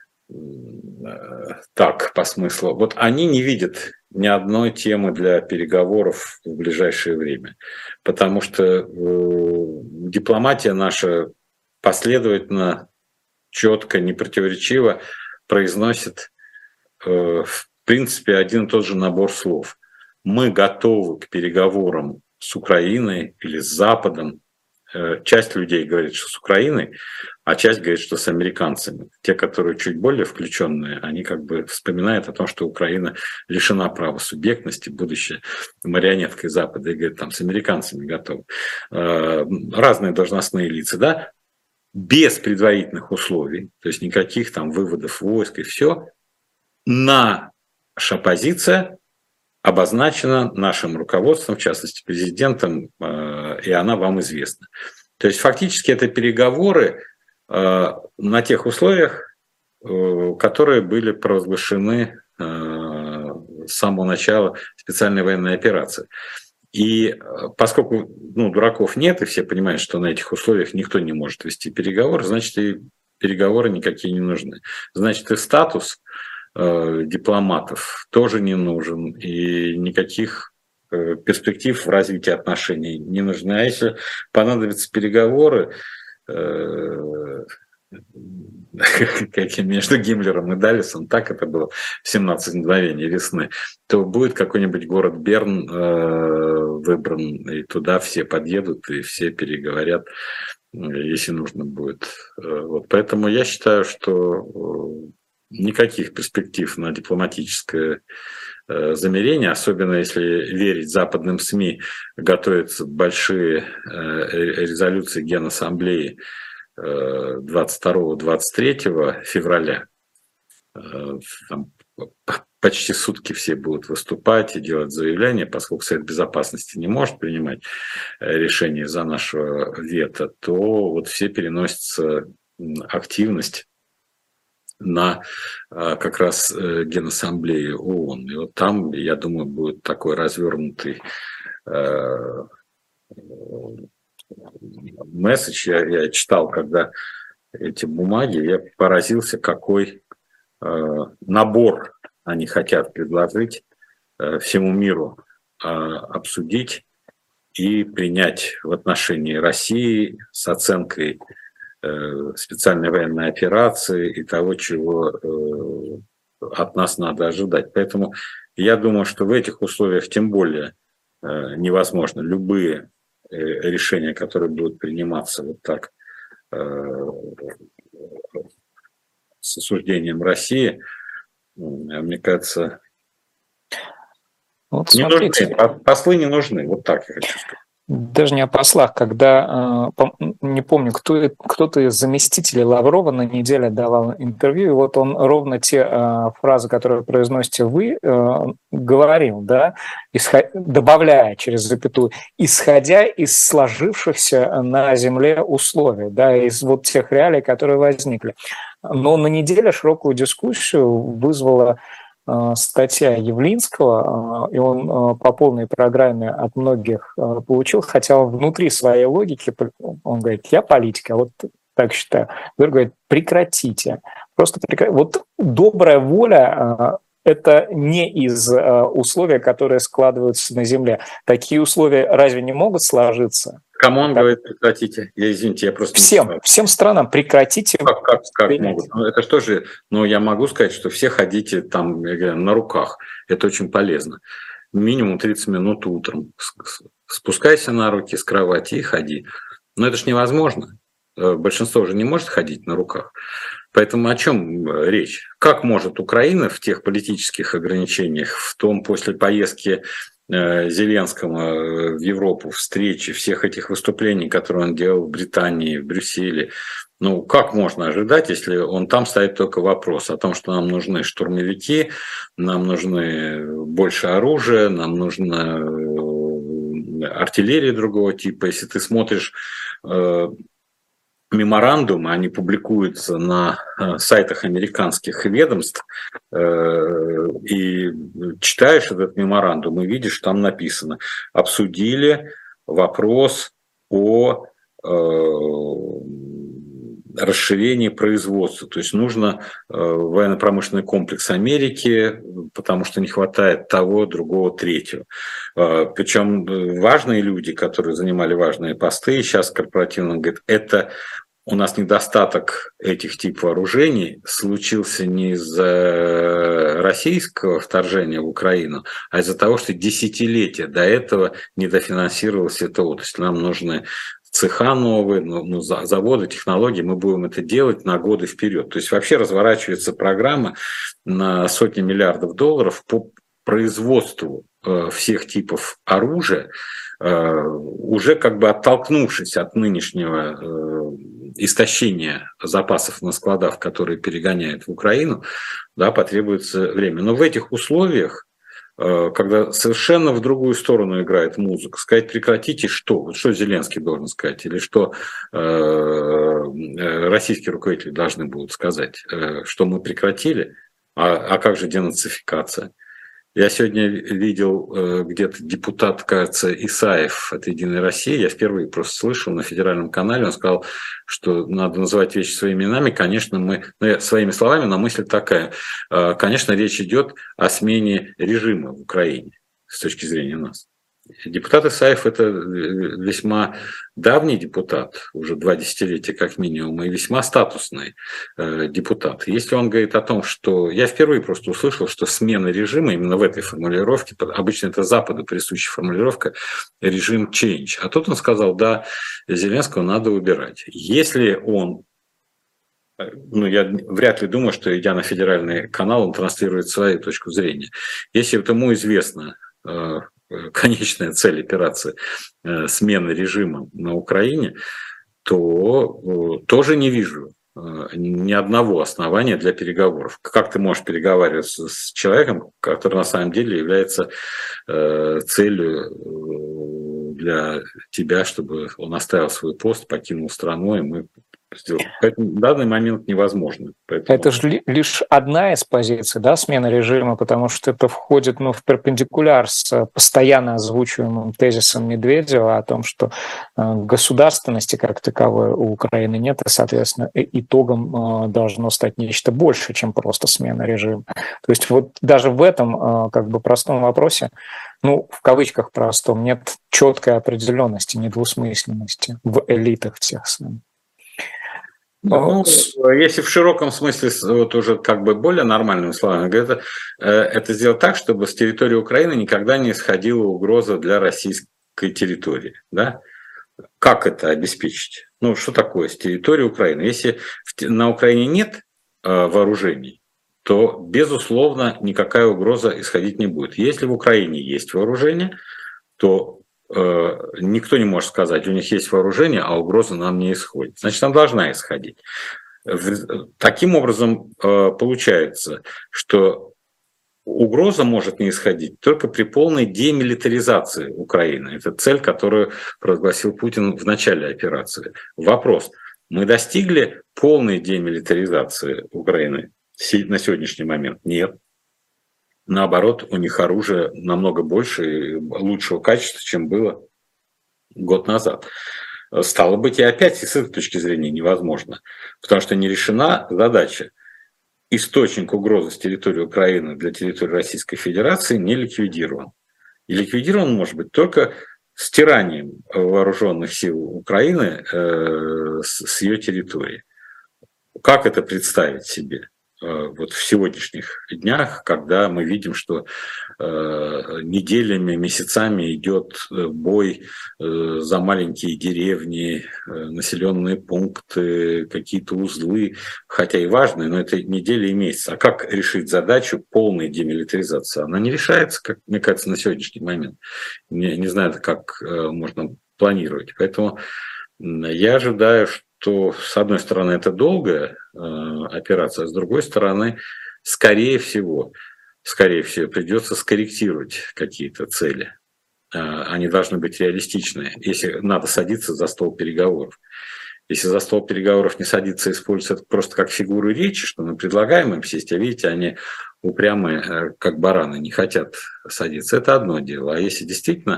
так, по смыслу. Вот они не видят ни одной темы для переговоров в ближайшее время, потому что э, дипломатия наша последовательно, четко, непротиворечиво произносит э, в принципе один и тот же набор слов. Мы готовы к переговорам с Украиной или с Западом. Часть людей говорит, что с Украиной, а часть говорит, что с американцами. Те, которые чуть более включенные, они как бы вспоминают о том, что Украина лишена права субъектности, будущее марионеткой Запада, и говорят, там с американцами готовы. Разные должностные лица, да, без предварительных условий, то есть никаких там выводов войск и все. Наша позиция обозначена нашим руководством, в частности президентом, и она вам известна. То есть фактически это переговоры на тех условиях, которые были провозглашены с самого начала специальной военной операции. И поскольку ну, дураков нет, и все понимают, что на этих условиях никто не может вести переговоры, значит, и переговоры никакие не нужны. Значит, и статус дипломатов тоже не нужен, и никаких перспектив в развитии отношений не нужны. А если понадобятся переговоры, как между Гиммлером и Даллесом, так это было в семнадцать мгновений весны, то будет какой-нибудь город Берн выбран, и туда все подъедут, и все переговорят, если нужно будет. Вот. Поэтому я считаю, что никаких перспектив на дипломатическое замерение, особенно если верить западным СМИ, готовятся большие резолюции Генассамблеи двадцать второго — двадцать третьего февраля. Там почти сутки все будут выступать и делать заявления, поскольку Совет Безопасности не может принимать решения за нашего вето, то вот все переносится активность на как раз Генассамблею ООН. И вот там, я думаю, будет такой развернутый месседж. Я, я читал, когда эти бумаги, я поразился, какой набор они хотят предложить всему миру, обсудить и принять в отношении России с оценкой специальной военной операции и того, чего от нас надо ожидать. Поэтому я думаю, что в этих условиях тем более невозможно любые решения, которые будут приниматься вот так с осуждением России, мне кажется, вот не смотрите. нужны. Послы не нужны. Вот так я хочу сказать. Даже не о послах, когда, не помню, кто, кто-то из заместителей Лаврова на неделе давал интервью, и вот он ровно те фразы, которые произносите вы, говорил, да, исход... добавляя через запятую, исходя из сложившихся на Земле условий, да, из вот тех реалий, которые возникли. Но на неделе широкую дискуссию вызвала статья Явлинского, и он по полной программе от многих получил, хотя он внутри своей логики, он говорит, я политик, а вот так считаю. Он говорит, прекратите. Просто прекратите. Вот добрая воля – это не из условий, которые складываются на Земле. Такие условия разве не могут сложиться? Кому он как... говорит, прекратите? Я, извините, я просто всем, не всем странам прекратите. Как, как, как могут? Ну, это что же, ну, я могу сказать, что все ходите там говорю, на руках. Это очень полезно. Минимум тридцать минут утром. Спускайся на руки с кровати и ходи. Но это же невозможно. Большинство уже не может ходить на руках. Поэтому о чем речь? Как может Украина в тех политических ограничениях, в том после поездки Зеленского в Европу, встречи, всех этих выступлений, которые он делал в Британии, в Брюсселе. Ну, как можно ожидать, если он там ставит только вопрос о том, что нам нужны штурмовики, нам нужны больше оружия, нам нужна артиллерия другого типа. Если ты смотришь меморандумы, они публикуются на сайтах американских ведомств, и читаешь этот меморандум и видишь, там написано, обсудили вопрос о расширении производства. То есть нужно военно-промышленный комплекс Америки, потому что не хватает того, другого, третьего. Причем важные люди, которые занимали важные посты, сейчас корпоративно говорят, это у нас недостаток этих типов вооружений случился не из-за российского вторжения в Украину, а из-за того, что десятилетия до этого недофинансировалась эта отрасль. Нам нужны цеха новые, ну, заводы, технологии, мы будем это делать на годы вперед. То есть вообще разворачивается программа на сотни миллиардов долларов по производству всех типов оружия, уже как бы оттолкнувшись от нынешнего истощения запасов на складах, которые перегоняют в Украину, да, потребуется время. Но в этих условиях, когда совершенно в другую сторону играет музыка, сказать прекратите что? Вот что Зеленский должен сказать? Или что э, российские руководители должны будут сказать? Э, что мы прекратили? А, а как же денацификация? Я сегодня видел э, где-то депутат, кажется, Исаев от «Единой России», я впервые просто слышал на федеральном канале, он сказал, что надо называть вещи своими именами. Конечно, мы, ну, своими словами, но мысль такая, э, конечно, речь идет о смене режима в Украине с точки зрения нас. Депутат Исаев – это весьма давний депутат, уже два десятилетия как минимум, и весьма статусный э, депутат. Если он говорит о том, что… Я впервые просто услышал, что смена режима, именно в этой формулировке, обычно это Западу присущая формулировка, режим change. А тут он сказал, да, Зеленского надо убирать. Если он ну, я вряд ли думаю, что, идя на федеральный канал, он транслирует свою точку зрения. Если вот ему известна э, конечная цель операции э, смены режима на Украине, то э, тоже не вижу э, ни одного основания для переговоров. Как ты можешь переговаривать с, с человеком, который на самом деле является э, целью э, для тебя, чтобы он оставил свой пост, покинул страну, и мы сделали. Поэтому в данный момент невозможно. Поэтому... Это же ли, лишь одна из позиций, да, смена режима, потому что это входит, ну, в перпендикуляр с постоянно озвучиваемым тезисом Медведева о том, что э, государственности как таковой у Украины нет, и, соответственно, итогом э, должно стать нечто большее, чем просто смена режима. То есть вот даже в этом э, как бы простом вопросе, ну, в кавычках простом, нет четкой определенности, недвусмысленности в элитах всех стран. Ну, если в широком смысле, вот уже как бы более нормальными словами, это, это сделать так, чтобы с территории Украины никогда не исходила угроза для российской территории. Да? Как это обеспечить? Ну, что такое с территории Украины? Если на Украине нет вооружений, то, безусловно, никакая угроза исходить не будет. Если в Украине есть вооружение, то никто не может сказать, у них есть вооружение, а угроза нам не исходит. Значит, она должна исходить. Таким образом, получается, что угроза может не исходить только при полной демилитаризации Украины. Это цель, которую провозгласил Путин в начале операции. Вопрос. Мы достигли полной демилитаризации Украины на сегодняшний момент? Нет. Наоборот, у них оружие намного больше и лучшего качества, чем было год назад. Стало быть, и опять и с этой точки зрения невозможно, потому что не решена задача. Источник угрозы с территории Украины для территории Российской Федерации не ликвидирован. И ликвидирован может быть только стиранием вооруженных сил Украины э, с, с ее территории. Как это представить себе? Вот в сегодняшних днях, когда мы видим, что э, неделями, месяцами идет бой э, за маленькие деревни, э, населенные пункты, какие-то узлы, хотя и важные, но это недели и месяцы. А как решить задачу полной демилитаризации? Она не решается, как мне кажется, на сегодняшний момент. Не, не знаю, как э, можно планировать. Поэтому я ожидаю, что то, с одной стороны, это долгая э, операция, а с другой стороны, скорее всего, скорее всего, придется скорректировать какие-то цели. Э, они должны быть реалистичны, если надо садиться за стол переговоров. Если за стол переговоров не садиться, используется это просто как фигуру речи, что мы предлагаем им сесть, а видите, они упрямые, э, как бараны, не хотят садиться. Это одно дело. А если действительно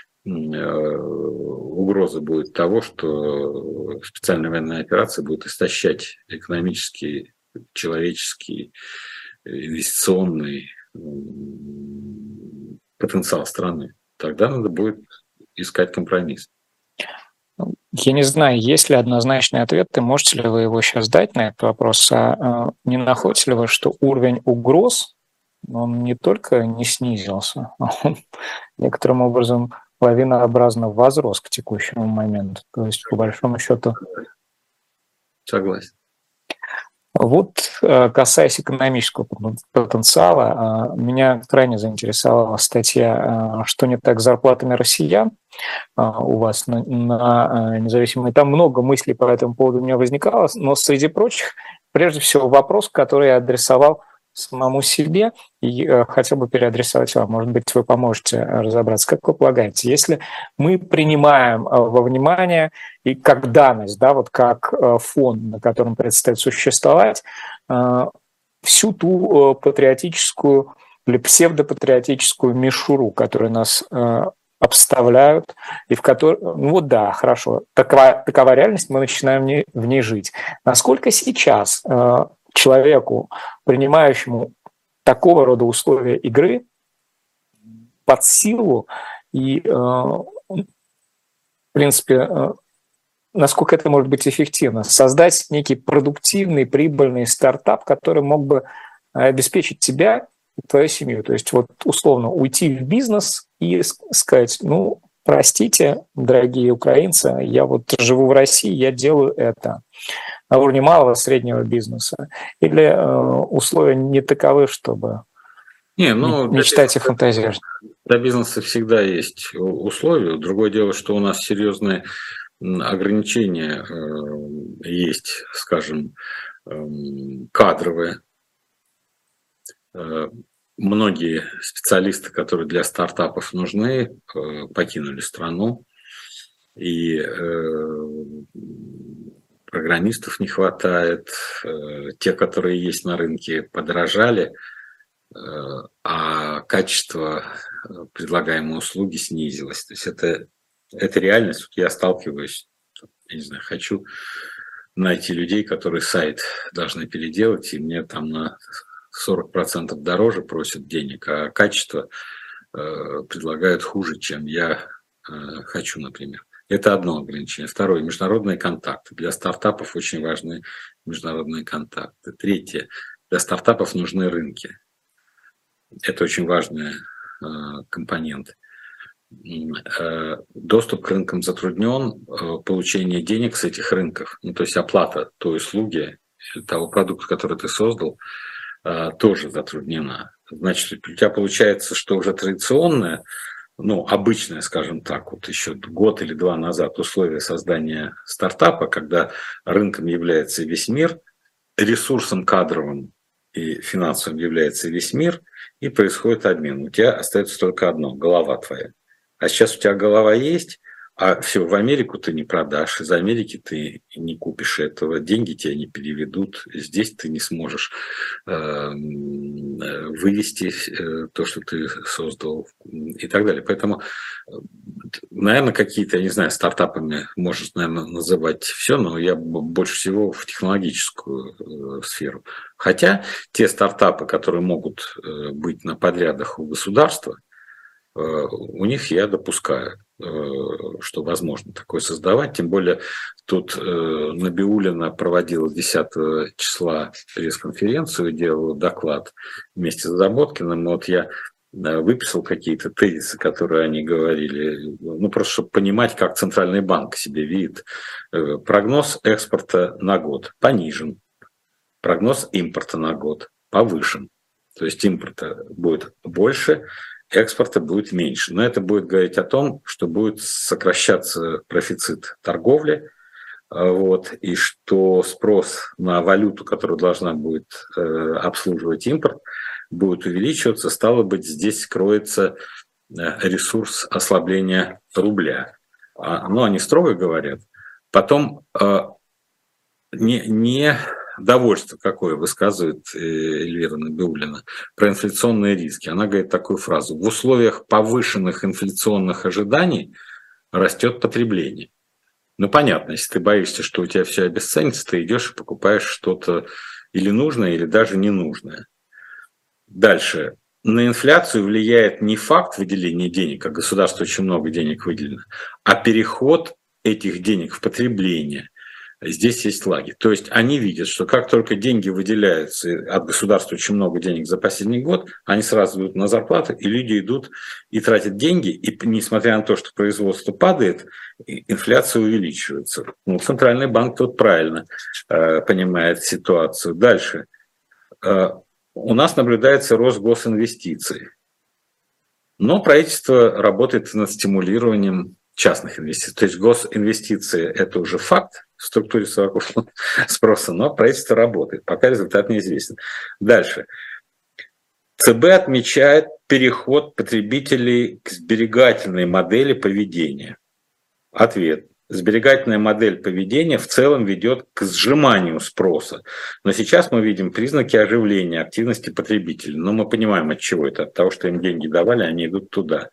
угроза будет того, что специальная военная операция будет истощать экономический, человеческий, инвестиционный потенциал страны. Тогда надо будет искать компромисс. Я не знаю, есть ли однозначный ответ, и можете ли вы его сейчас дать на этот вопрос, а не находите ли вы, что уровень угроз, он не только не снизился, а он некоторым образом лавинообразно возрос к текущему моменту. То есть, по большому счету... Согласен. Вот, касаясь экономического потенциала, меня крайне заинтересовала статья «Что не так с зарплатами россиян» у вас на, на независимой. Там много мыслей по этому поводу у меня возникало, но среди прочих, прежде всего, вопрос, который я адресовал самому себе и э, хотел бы переадресовать вам. Может быть, вы поможете разобраться. Как вы полагаете, если мы принимаем э, во внимание и как данность, да, вот как э, фон, на котором предстоит существовать, э, всю ту э, патриотическую или псевдопатриотическую мишуру, которая нас э, обставляют, и в которой, ну вот да, хорошо, такова, такова реальность, мы начинаем в ней, в ней жить. Насколько сейчас э, человеку, принимающему такого рода условия игры, под силу и, э, в принципе, э, насколько это может быть эффективно, создать некий продуктивный, прибыльный стартап, который мог бы обеспечить тебя и твою семью. То есть вот условно уйти в бизнес и сказать, ну, простите, дорогие украинцы, я вот живу в России, я делаю это на уровне малого среднего бизнеса. Или э, условия не таковы, чтобы не, ну, мечтать и фантазировать? Для бизнеса всегда есть условия. Другое дело, что у нас серьезные ограничения э, есть, скажем, э, кадровые. Э, многие специалисты, которые для стартапов нужны, э, покинули страну. И э, программистов не хватает. Э, те, которые есть на рынке, подорожали. А качество предлагаемой услуги снизилось. То есть это, это реальность. Вот я сталкиваюсь, я не знаю, хочу найти людей, которые сайт должны переделать, и мне там на сорок процентов дороже просят денег, а качество э, предлагают хуже, чем я э, хочу, например. Это одно ограничение. Второе – международные контакты. Для стартапов очень важны международные контакты. Третье – для стартапов нужны рынки. Это очень важный э, компонент. Э, доступ к рынкам затруднен, э, получение денег с этих рынков, ну, то есть оплата той услуги, того продукта, который ты создал, э, тоже затруднена. Значит, у тебя получается, что уже традиционное, ну, обычное, скажем так, вот еще год или два назад условия создания стартапа, когда рынком является весь мир, ресурсом кадровым и финансовым является весь мир, и происходит обмен. У тебя остается только одно – голова твоя. А сейчас у тебя голова есть, а все, в Америку ты не продашь, из Америки ты не купишь этого, деньги тебя не переведут, здесь ты не сможешь э, вывести э, то, что ты создал и так далее. Поэтому, наверное, какие-то, я не знаю, стартапами можешь, наверное, называть все, но я больше всего в технологическую э, сферу. Хотя те стартапы, которые могут э, быть на подрядах у государства, э, у них я допускаю, что возможно такое создавать. Тем более тут э, Набиуллина проводила десятого числа пресс-конференцию, делала доклад вместе с Заботкиным. Вот я э, выписал какие-то тезисы, которые они говорили, ну просто чтобы понимать, как Центральный банк себе видит. Э, прогноз экспорта на год понижен, прогноз импорта на год повышен. То есть импорта будет больше, экспорта будет меньше. Но это будет говорить о том, что будет сокращаться профицит торговли, вот, и что спрос на валюту, которая должна будет э, обслуживать импорт, будет увеличиваться. Стало быть, здесь кроется ресурс ослабления рубля. А, ну, они строго говорят. Потом э, не... не довольство какое высказывает Эльвира Набиуллина про инфляционные риски. Она говорит такую фразу: в условиях повышенных инфляционных ожиданий растет потребление. Ну, понятно, если ты боишься, что у тебя все обесценится, ты идешь и покупаешь что-то или нужное, или даже ненужное. Дальше. На инфляцию влияет не факт выделения денег, а государство очень много денег выделено, а переход этих денег в потребление. Здесь есть лаги. То есть они видят, что как только деньги выделяются, от государства очень много денег за последний год, они сразу идут на зарплаты, и люди идут и тратят деньги, и несмотря на то, что производство падает, инфляция увеличивается. Ну, Центральный банк тут правильно э, понимает ситуацию. Дальше. Э, у нас наблюдается рост госинвестиций, но правительство работает над стимулированием частных инвестиций. То есть госинвестиции – это уже факт в структуре совокупного спроса, но правительство работает, пока результат неизвестен. Дальше. ЦБ отмечает переход потребителей к сберегательной модели поведения. Ответ. Сберегательная модель поведения в целом ведет к сжиманию спроса. Но сейчас мы видим признаки оживления активности потребителей. Но мы понимаем, от чего это. От того, что им деньги давали, они идут туда.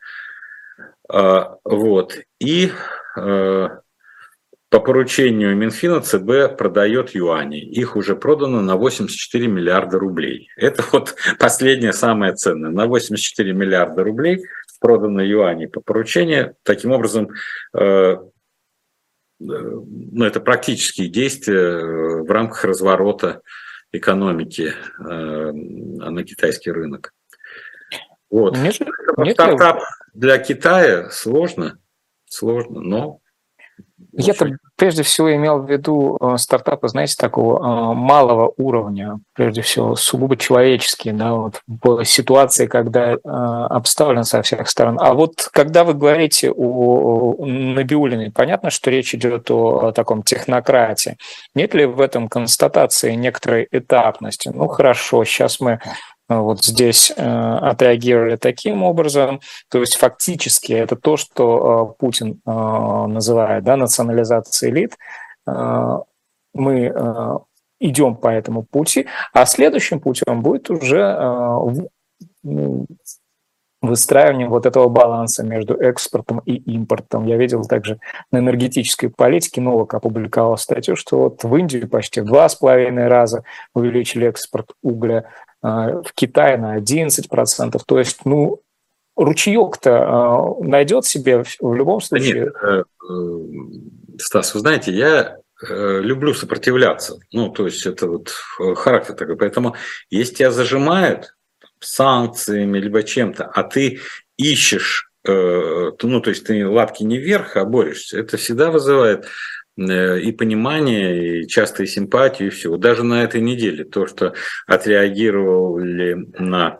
Вот. И э, по поручению Минфина ЦБ продает юани. Их уже продано на восемьдесят четыре миллиарда рублей. Это вот последнее, самое ценное. На восемьдесят четыре миллиарда рублей продано юани по поручению. Таким образом, э, ну, это практические действия в рамках разворота экономики э, на китайский рынок. Вот. Нет, нет, стартап для Китая сложно. сложно, но... Я-то прежде всего имел в виду стартапы, знаете, такого малого уровня, прежде всего сугубо человеческие, да, вот в ситуации, когда обставлен со всех сторон. А вот когда вы говорите о Набиуллиной, понятно, что речь идет о таком технократии. Нет ли в этом констатации некоторой этапности? Ну хорошо, сейчас мы вот здесь э, отреагировали таким образом. То есть фактически это то, что э, Путин э, называет, да, национализацией элит. Э, мы э, идем по этому пути, а следующим путем будет уже э, выстраивание вот этого баланса между экспортом и импортом. Я видел также на энергетической политике, Новак опубликовал статью, что вот в Индию почти в два с половиной раза увеличили экспорт угля, в Китае на одиннадцать процентов. То есть, ну, ручеек-то найдет себе в любом случае. Нет, Стас, вы знаете, я люблю сопротивляться. Ну, то есть, это вот характер такой. Поэтому, если тебя зажимают санкциями, либо чем-то, а ты ищешь, ну, то есть, ты лапки не вверх, а борешься, это всегда вызывает и понимание, и часто и симпатию, и все. Даже на этой неделе то, что отреагировали на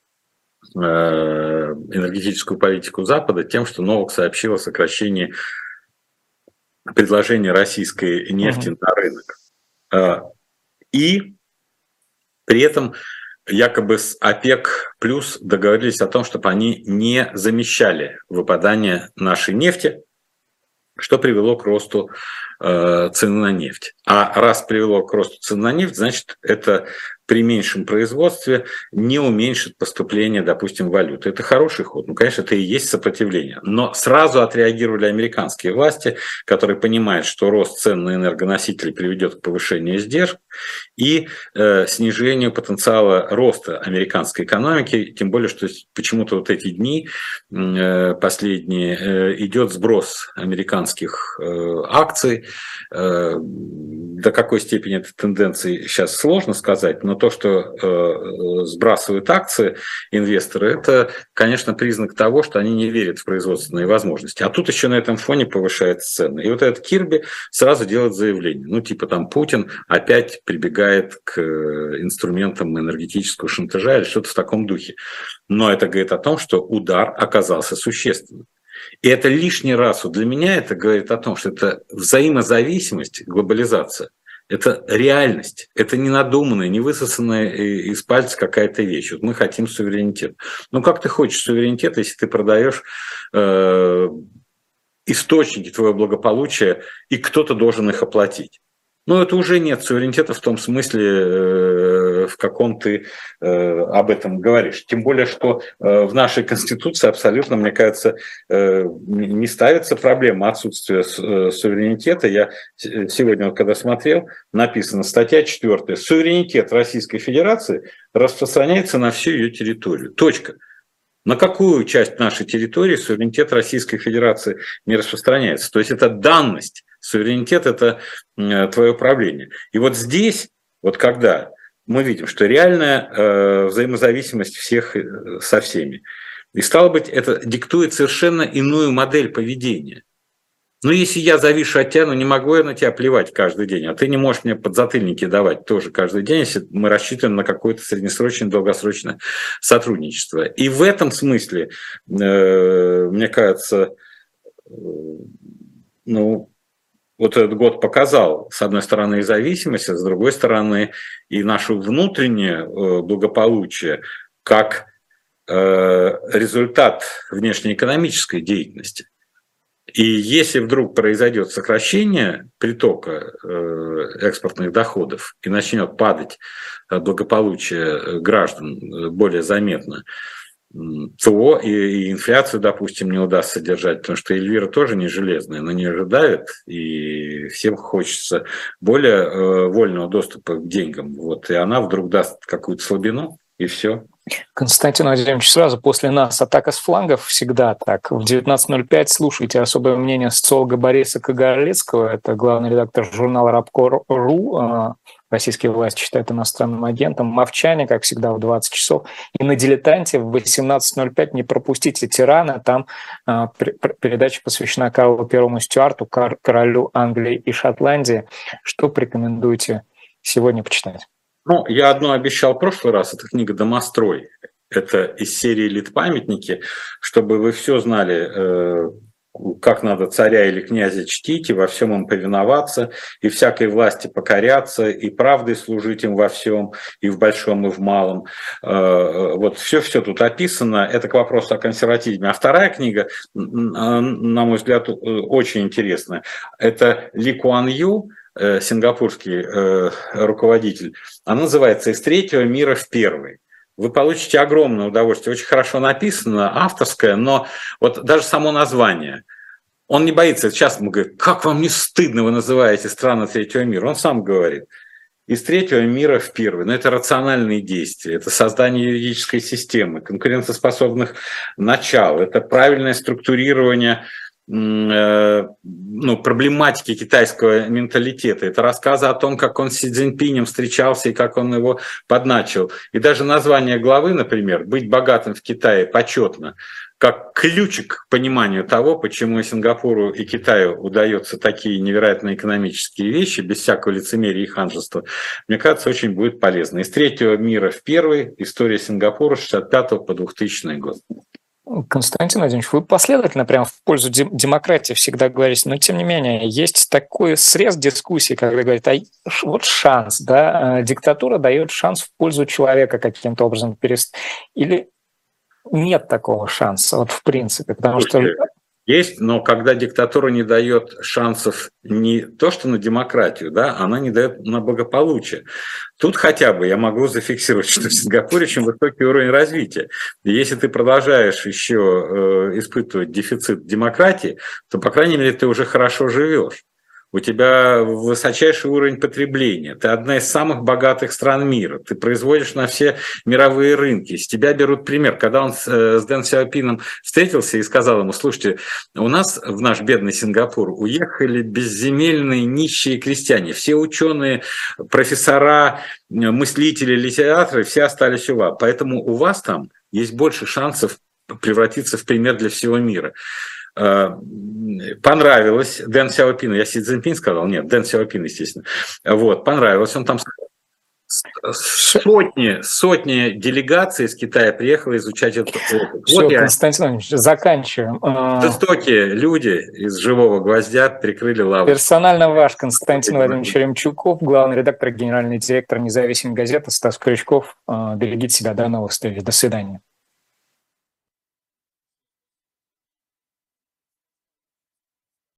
энергетическую политику Запада тем, что Новак сообщил о сокращении предложения российской нефти uh-huh. на рынок. И при этом якобы с ОПЕК плюс договорились о том, чтобы они не замещали выпадание нашей нефти, что привело к росту э, цены на нефть. А раз привело к росту цены на нефть, значит, это при меньшем производстве не уменьшит поступление, допустим, валюты. Это хороший ход. Ну, конечно, это и есть сопротивление. Но сразу отреагировали американские власти, которые понимают, что рост цен на энергоносители приведет к повышению издержек и э, снижению потенциала роста американской экономики. Тем более, что почему-то вот эти дни э, последние э, идет сброс американских э, акций. Э, до какой степени этой тенденции сейчас сложно сказать, но то, что э, сбрасывают акции инвесторы, это, конечно, признак того, что они не верят в производственные возможности. А тут еще на этом фоне повышаются цены. И вот этот Кирби сразу делает заявление. Ну, типа там Путин опять прибегает к инструментам энергетического шантажа или что-то в таком духе. Но это говорит о том, что удар оказался существенным. И это лишний раз, вот для меня это говорит о том, что это взаимозависимость, глобализация. Это реальность, это не надуманная, не высосанная из пальца какая-то вещь. Вот мы хотим суверенитет. Ну как ты хочешь суверенитет, если ты продаешь э, источники твоего благополучия, и кто-то должен их оплатить? Ну, это уже нет суверенитета в том смысле, э, в каком ты э, об этом говоришь. Тем более, что э, в нашей Конституции абсолютно, мне кажется, э, не ставится проблема отсутствия э, суверенитета. Я сегодня, вот, когда смотрел, написано, статья четвёртая. Суверенитет Российской Федерации распространяется на всю ее территорию. Точка. На какую часть нашей территории суверенитет Российской Федерации не распространяется? То есть это данность. Суверенитет – это твое правление. И вот здесь, вот когда мы видим, что реальная э, взаимозависимость всех со всеми, и стало быть, это диктует совершенно иную модель поведения. Ну, если я завишу от тебя, ну, не могу я на тебя плевать каждый день, а ты не можешь мне подзатыльники давать тоже каждый день, если мы рассчитываем на какое-то среднесрочное, долгосрочное сотрудничество. И в этом смысле, э, мне кажется, э, ну, вот этот год показал, с одной стороны, и зависимость, а с другой стороны, и наше внутреннее благополучие как результат внешнеэкономической деятельности. И если вдруг произойдет сокращение притока экспортных доходов и начнет падать благополучие граждан более заметно, то и инфляцию, допустим, не удастся держать, потому что Эльвира тоже не железная, на нее же давит, и всем хочется более э, вольного доступа к деньгам. Вот, и она вдруг даст какую-то слабину, и все. Константин Владимирович, сразу после нас атака с флангов, всегда так. В девятнадцать ноль пять слушайте особое мнение социолога Бориса Кагарлицкого, это главный редактор журнала Рабко.ру. российские власти считают иностранным агентом. Мовчане, как всегда, в двадцать часов. И на «Дилетанте» в восемнадцать ноль пять не пропустите «Тирана». Там э, передача посвящена Карлу Первому Стюарту, королю Англии и Шотландии. Что порекомендуете сегодня почитать? Ну, я одно обещал в прошлый раз. Это книга «Домострой». Это из серии «Литпамятники», чтобы вы все знали, как надо царя или князя чтить, и во всем им повиноваться, и всякой власти покоряться, и правдой служить им во всем, и в большом, и в малом. Вот все-все тут описано. Это к вопросу о консерватизме. А вторая книга, на мой взгляд, очень интересная. Это Ли Куан Ю, сингапурский руководитель. Она называется «Из третьего мира в первый». Вы получите огромное удовольствие. Очень хорошо написано, авторское, но вот даже само название. Он не боится. Часто мы говорим, как вам не стыдно, вы называете страны третьего мира. Он сам говорит, из третьего мира в первый. Но это рациональные действия, это создание юридической системы, конкурентоспособных начал, это правильное структурирование ну, проблематики китайского менталитета. Это рассказы о том, как он с Си Цзиньпинем встречался и как он его подначил. И даже название главы, например, «Быть богатым в Китае почетно», как ключик к пониманию того, почему и Сингапуру, и Китаю удается такие невероятные экономические вещи, без всякого лицемерия и ханжества, мне кажется, очень будет полезно. Из третьего мира в первый. История Сингапура с шестьдесят пятого по двухтысячный год. Константин Владимирович, вы последовательно прямо в пользу демократии всегда говорите, но тем не менее есть такой срез дискуссии, когда говорят, а вот шанс, да, диктатура дает шанс в пользу человека каким-то образом перест... или нет такого шанса, вот в принципе, потому что... Есть, но когда диктатура не дает шансов не то, что на демократию, да, она не дает на благополучие. Тут хотя бы я могу зафиксировать, что в Сингапуре очень высокий уровень развития. И если ты продолжаешь еще э, испытывать дефицит демократии, то, по крайней мере, ты уже хорошо живешь. У тебя высочайший уровень потребления, ты одна из самых богатых стран мира, ты производишь на все мировые рынки, с тебя берут пример. Когда он с, с Дэн Сяопином встретился и сказал ему, слушайте, у нас в наш бедный Сингапур уехали безземельные нищие крестьяне, все ученые, профессора, мыслители, литераторы, все остались у вас, поэтому у вас там есть больше шансов превратиться в пример для всего мира. Понравилось Дэн Сяопину, я Си Цзиньпин сказал, нет, Дэн Сяопин, естественно, вот, понравилось, он там сотни, сотни делегаций из Китая приехало изучать этот опыт. Все, вот Константин Иванович, заканчиваем. Жестокие люди из «Живого гвоздя» прикрыли лаву. Персонально ваш Константин Владимирович Ремчуков, главный редактор, генеральный директор независимой газеты Стас Крючков. Берегите себя, до новых встреч, до свидания.